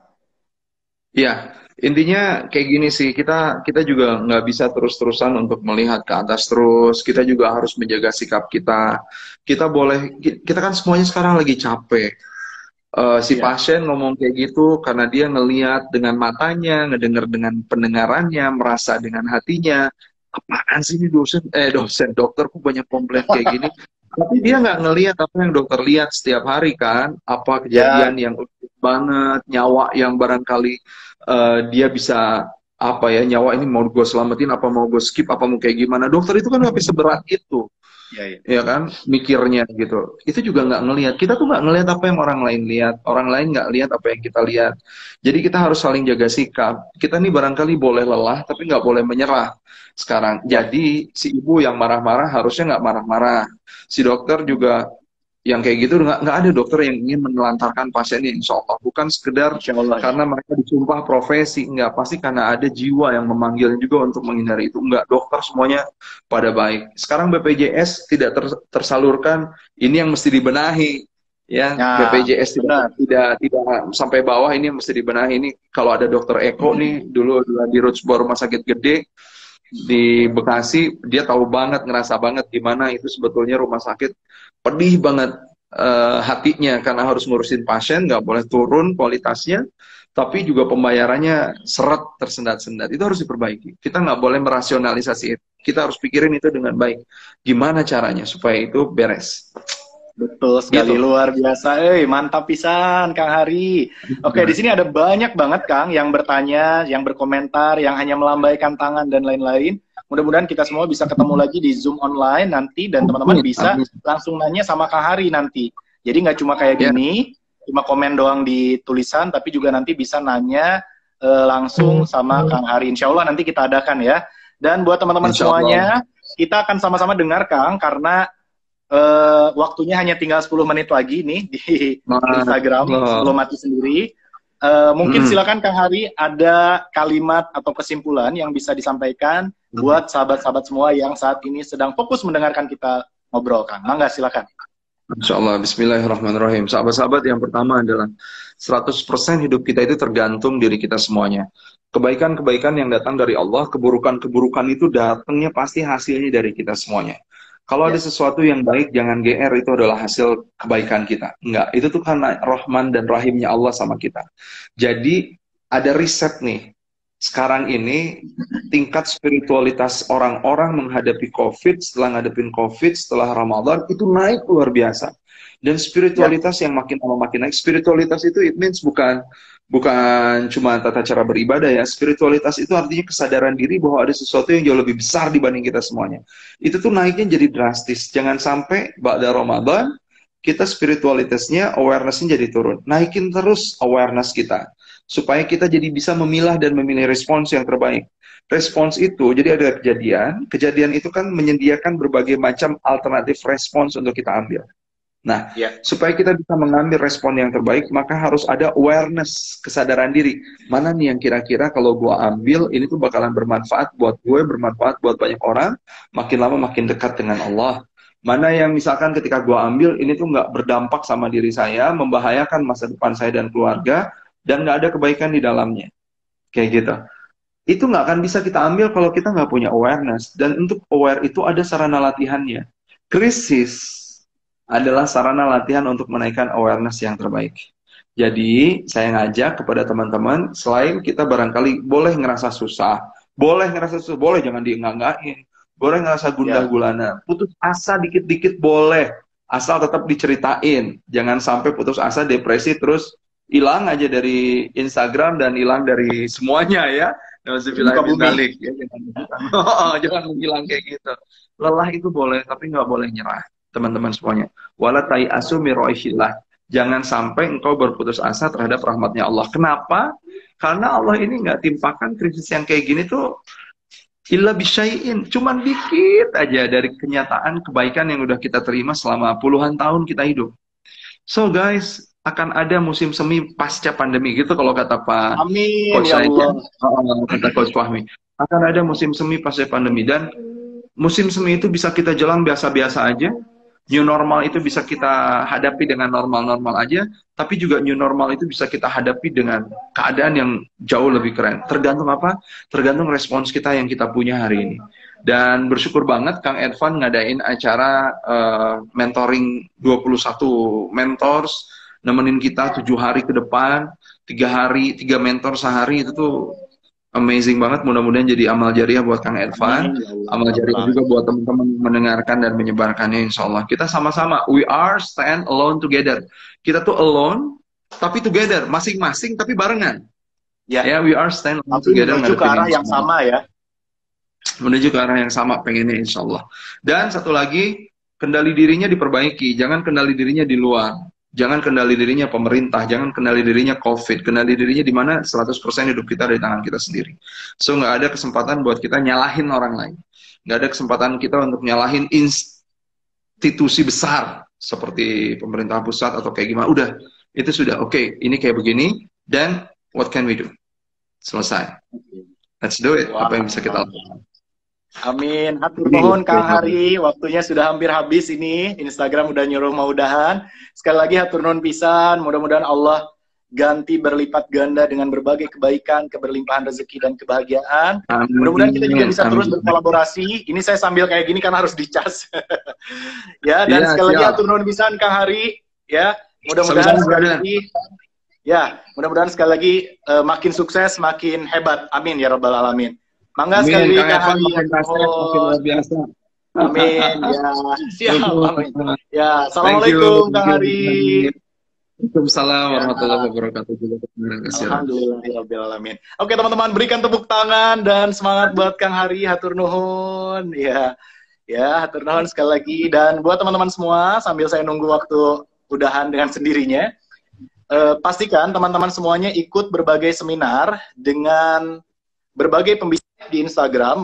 Speaker 1: Ya, intinya kayak gini sih, kita kita juga nggak bisa terus-terusan untuk melihat ke atas terus. Kita juga harus menjaga sikap kita. Kita boleh, kita kan semuanya sekarang lagi capek. Uh, si ya. pasien ngomong kayak gitu karena dia ngelihat dengan matanya, ngedengar dengan pendengarannya, merasa dengan hatinya. Apaan sih ini dosen, eh dosen, dokter kok banyak komplain kayak gini. Tapi dia nggak ngelihat apa yang dokter lihat setiap hari kan, apa kejadian ya. yang unik banget, nyawa yang barangkali uh, dia bisa apa ya, nyawa ini mau gue selamatin, apa mau gue skip, apa mau kayak gimana. Dokter itu kan nggak bisa seberat itu, ya, ya. ya kan, mikirnya gitu. Itu juga nggak ngelihat. Kita tuh nggak ngelihat apa yang orang lain lihat, orang lain nggak lihat apa yang kita lihat. Jadi kita harus saling jaga sikap. Kita nih barangkali boleh lelah, tapi nggak boleh menyerah. Sekarang, jadi si ibu yang marah-marah harusnya nggak marah-marah. Si dokter juga yang kayak gitu, nggak nggak ada dokter yang ingin menelantarkan pasiennya, insya Allah. Bukan sekedar Allah, karena ya. mereka disumpah profesi, nggak, pasti karena ada jiwa yang memanggil juga untuk menghindari itu. Nggak, dokter semuanya pada baik. Sekarang B P J S tidak ter, tersalurkan, ini yang mesti dibenahi. Ya, nah, B P J S tidak, tidak tidak sampai bawah, ini yang mesti dibenahi. Ini kalau ada dokter Eko nih, dulu di Roadsboro rumah sakit gede di Bekasi, dia tahu banget, ngerasa banget gimana itu sebetulnya rumah sakit pedih banget uh, hatinya karena harus ngurusin pasien, nggak boleh turun kualitasnya, tapi juga pembayarannya seret, tersendat-sendat. Itu harus diperbaiki. Kita nggak boleh merasionalisasi itu. Kita harus pikirin itu dengan baik. Gimana caranya supaya itu beres.
Speaker 2: Betul sekali, gitu. Luar biasa. Eh, mantap pisan Kang Hari. Oke, di sini ada banyak banget Kang yang bertanya, yang berkomentar, yang hanya melambaikan tangan dan lain-lain. Mudah-mudahan kita semua bisa ketemu lagi di Zoom online nanti, dan teman-teman bisa langsung nanya sama Kang Hari nanti. Jadi nggak cuma kayak gini, cuma komen doang di tulisan, tapi juga nanti bisa nanya uh, langsung sama Kang Hari. Insya Allah nanti kita adakan ya. Dan buat teman-teman semuanya, kita akan sama-sama dengar Kang, karena Uh, waktunya hanya tinggal sepuluh menit lagi nih di nah, Instagram nah. sebelum mati sendiri. Uh, mungkin hmm. silakan Kang Hari, ada kalimat atau kesimpulan yang bisa disampaikan hmm. buat sahabat-sahabat semua yang saat ini sedang fokus mendengarkan kita ngobrol, Kang. Mangga, silakan.
Speaker 1: Insyaallah, bismillahirrahmanirrahim. Sahabat-sahabat, yang pertama adalah seratus persen hidup kita itu tergantung diri kita semuanya. Kebaikan-kebaikan yang datang dari Allah, keburukan-keburukan itu datangnya pasti hasilnya dari kita semuanya. Kalau ada sesuatu yang baik, jangan G R, itu adalah hasil kebaikan kita. Enggak, itu tuh karena Rahman dan Rahimnya Allah sama kita. Jadi, ada riset nih. Sekarang ini, tingkat spiritualitas orang-orang menghadapi COVID, setelah ngadepin COVID, setelah Ramadan, itu naik luar biasa. Dan spiritualitas ya. yang makin lama makin naik, spiritualitas itu, it means bukan... Bukan cuma tata cara beribadah ya, spiritualitas itu artinya kesadaran diri bahwa ada sesuatu yang jauh lebih besar dibanding kita semuanya. Itu tuh naiknya jadi drastis. Jangan sampai ba'da Ramadan, kita spiritualitasnya, awarenessnya jadi turun. Naikin terus awareness kita, supaya kita jadi bisa memilah dan memilih respons yang terbaik. Respons itu, jadi ada kejadian, kejadian itu kan menyediakan berbagai macam alternatif respons untuk kita ambil. Nah, ya. supaya kita bisa mengambil respon yang terbaik, maka harus ada awareness, kesadaran diri. Mana nih yang kira-kira kalau gue ambil, ini tuh bakalan bermanfaat buat gue, bermanfaat buat banyak orang, makin lama makin dekat dengan Allah. Mana yang misalkan ketika gue ambil, ini tuh nggak berdampak sama diri saya, membahayakan masa depan saya dan keluarga, dan nggak ada kebaikan di dalamnya. Kayak gitu. Itu nggak akan bisa kita ambil kalau kita nggak punya awareness. Dan untuk aware itu ada sarana latihannya. Krisis adalah sarana latihan untuk menaikkan awareness yang terbaik. Jadi, saya ngajak kepada teman-teman, selain kita barangkali boleh ngerasa susah, boleh ngerasa susah, boleh jangan dienggak-enggakin, boleh ngerasa gundah gulana, putus asa dikit-dikit boleh, asal tetap diceritain. Jangan sampai putus asa, depresi, terus hilang aja dari Instagram dan hilang dari semuanya ya. Jangan balik, ya, jangan, jangan menghilang kayak gitu. Lelah itu boleh, tapi nggak boleh nyerah. teman-teman semuanya. Wala tayasu min roihillah. Jangan sampai engkau berputus asa terhadap rahmatnya Allah. Kenapa? Karena Allah ini nggak timpakan krisis yang kayak gini tuh illa bisyai'in, cuman dikit aja dari kenyataan kebaikan yang udah kita terima selama puluhan tahun kita hidup. So guys, akan ada musim semi pasca pandemi gitu kalau kata Pak
Speaker 2: Amin,
Speaker 1: Coach
Speaker 2: ya
Speaker 1: saya,
Speaker 2: Allah.
Speaker 1: kata Coach Fahmi. Akan ada musim semi pasca pandemi, dan musim semi itu bisa kita jalan biasa-biasa aja. New normal itu bisa kita hadapi dengan normal-normal aja, tapi juga new normal itu bisa kita hadapi dengan keadaan yang jauh lebih keren. Tergantung apa? Tergantung respons kita yang kita punya hari ini. Dan bersyukur banget Kang Edvan ngadain acara uh, mentoring dua puluh satu mentors, nemenin kita tujuh hari ke depan, tiga hari, tiga mentor sehari, itu tuh amazing banget. Mudah-mudahan jadi amal jariah buat Kang Edvan, amal jariah juga buat teman-teman mendengarkan dan menyebarkannya, insya Allah. Kita sama-sama, we are stand alone together. Kita tuh alone, tapi together, masing-masing tapi barengan. Ya, yeah, we are stand alone
Speaker 2: tapi
Speaker 1: together.
Speaker 2: Menuju ke arah yang sama ya.
Speaker 1: Menuju ke arah yang sama, pengennya insya Allah. Dan satu lagi, kendali dirinya diperbaiki. Jangan kendali dirinya di luar. Jangan kendali dirinya pemerintah, jangan kendali dirinya COVID, kendali dirinya di mana seratus persen hidup kita dari tangan kita sendiri. So, nggak ada kesempatan buat kita nyalahin orang lain. Nggak ada kesempatan kita untuk nyalahin institusi besar, seperti pemerintah pusat atau kayak gimana. Udah, itu sudah, oke, okay, ini kayak begini, dan what can we do? Selesai. Let's do it. Wow. Apa yang bisa kita lakukan?
Speaker 2: Amin. Hatur nuhun Kang Hari, waktunya sudah hampir habis ini. Instagram udah nyuruh mau udahan. Sekali lagi hatur nuhun pisan. Mudah-mudahan Allah ganti berlipat ganda dengan berbagai kebaikan, keberlimpahan rezeki dan kebahagiaan. Mudah-mudahan kita juga bisa Amin. terus berkolaborasi. Ini saya sambil kayak gini kan harus dicas. Ya, dan ya, sekali lagi hatur nuhun pisan Kang Hari. Ya, mudah-mudahan sekali lagi ya, mudah-mudahan sekali lagi uh, makin sukses, makin hebat. Amin ya rabbal alamin. Mangga sekali lagi Kang Hari.
Speaker 1: Makin luar biasa.
Speaker 2: Amin. Ya, siap. Amin. Ya, assalamualaikum Kang Hari.
Speaker 1: Waalaikumsalam warahmatullahi wabarakatuh.
Speaker 2: Alhamdulillahirobbilalamin. Oke teman-teman, berikan tepuk tangan dan semangat buat Kang Hari. Hatur nuhun. Ya, ya hatur nuhun sekali lagi. Dan buat teman-teman semua, sambil saya nunggu waktu udahan dengan sendirinya, eh, pastikan teman-teman semuanya ikut berbagai seminar dengan berbagai pembicaraan di Instagram.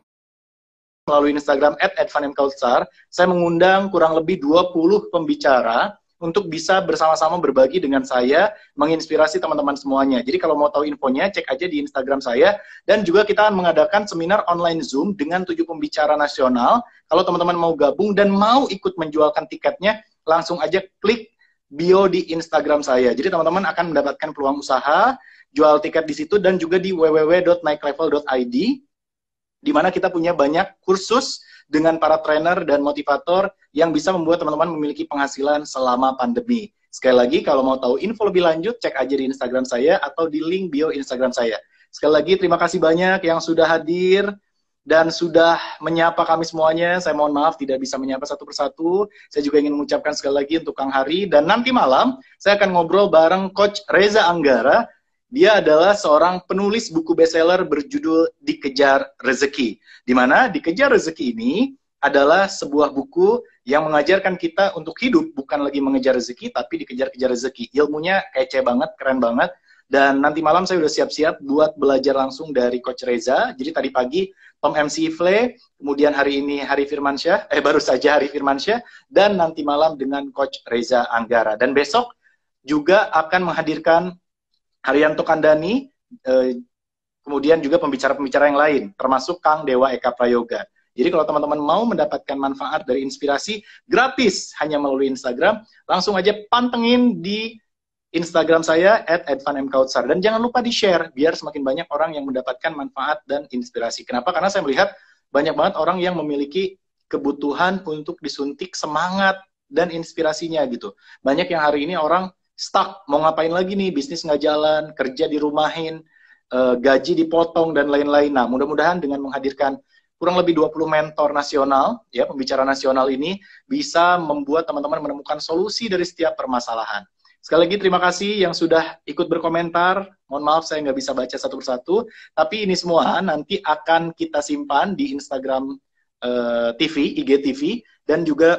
Speaker 2: Melalui Instagram at edvan m kautsar, saya mengundang kurang lebih dua puluh pembicara untuk bisa bersama-sama berbagi dengan saya, menginspirasi teman-teman semuanya. Jadi kalau mau tahu infonya, cek aja di Instagram saya. Dan juga kita akan mengadakan seminar online Zoom dengan tujuh pembicara nasional. Kalau teman-teman mau gabung dan mau ikut menjualkan tiketnya, langsung aja klik bio di Instagram saya. Jadi teman-teman akan mendapatkan peluang usaha, jual tiket di situ, dan juga di w w w dot naik level dot i d, di mana kita punya banyak kursus dengan para trainer dan motivator yang bisa membuat teman-teman memiliki penghasilan selama pandemi. Sekali lagi, kalau mau tahu info lebih lanjut, cek aja di Instagram saya atau di link bio Instagram saya. Sekali lagi, terima kasih banyak yang sudah hadir dan sudah menyapa kami semuanya. Saya mohon maaf tidak bisa menyapa satu persatu. Saya juga ingin mengucapkan sekali lagi untuk Kang Hari. Dan nanti malam, saya akan ngobrol bareng Coach Reza Anggara. Dia adalah seorang penulis buku bestseller berjudul Dikejar Rezeki. Di mana Dikejar Rezeki ini adalah sebuah buku yang mengajarkan kita untuk hidup, bukan lagi mengejar rezeki, tapi dikejar-kejar rezeki. Ilmunya kece banget, keren banget. Dan nanti malam saya udah siap-siap buat belajar langsung dari Coach Reza. Jadi tadi pagi Tom M C Ifle, kemudian hari ini Hari Firmansyah, eh baru saja Hari Firmansyah, dan nanti malam dengan Coach Reza Anggara. Dan besok juga akan menghadirkan Haryanto Kandani, eh, kemudian juga pembicara-pembicara yang lain, termasuk Kang Dewa Eka Prayoga. Jadi kalau teman-teman mau mendapatkan manfaat dari inspirasi gratis hanya melalui Instagram, langsung aja pantengin di Instagram saya at edvan m kautsar. Dan jangan lupa di-share, biar semakin banyak orang yang mendapatkan manfaat dan inspirasi. Kenapa? Karena saya melihat banyak banget orang yang memiliki kebutuhan untuk disuntik semangat dan inspirasinya gitu. Banyak yang hari ini orang stuck, mau ngapain lagi nih, bisnis nggak jalan, kerja dirumahin, uh, gaji dipotong, dan lain-lain. Nah, mudah-mudahan dengan menghadirkan kurang lebih dua puluh mentor nasional, ya pembicara nasional ini, bisa membuat teman-teman menemukan solusi dari setiap permasalahan. Sekali lagi terima kasih yang sudah ikut berkomentar. Mohon maaf saya nggak bisa baca satu persatu, tapi ini semua nanti akan kita simpan di Instagram uh, T V, I G T V, dan juga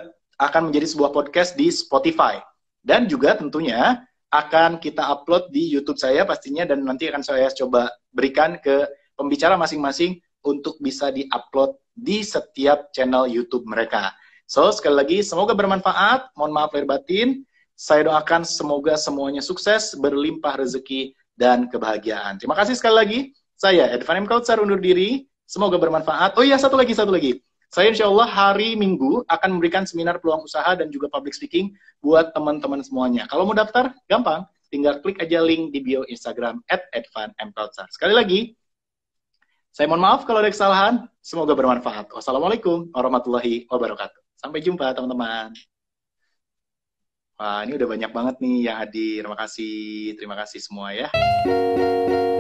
Speaker 2: akan menjadi sebuah podcast di Spotify. Dan juga tentunya akan kita upload di YouTube saya pastinya, dan nanti akan saya coba berikan ke pembicara masing-masing untuk bisa di-upload di setiap channel YouTube mereka. So, sekali lagi, semoga bermanfaat. Mohon maaf lahir batin. Saya doakan semoga semuanya sukses, berlimpah rezeki, dan kebahagiaan. Terima kasih sekali lagi. Saya, Edvan M. Kautsar, undur diri. Semoga bermanfaat. Oh iya, satu lagi, satu lagi. Saya insya Allah hari Minggu akan memberikan seminar peluang usaha dan juga public speaking buat teman-teman semuanya. Kalau mau daftar, gampang. Tinggal klik aja link di bio Instagram at edvan m kautsar. Sekali lagi, saya mohon maaf kalau ada kesalahan. Semoga bermanfaat. Wassalamualaikum warahmatullahi wabarakatuh. Sampai jumpa, teman-teman. Wah, ini udah banyak banget nih yang hadir. Terima kasih. Terima kasih semua ya.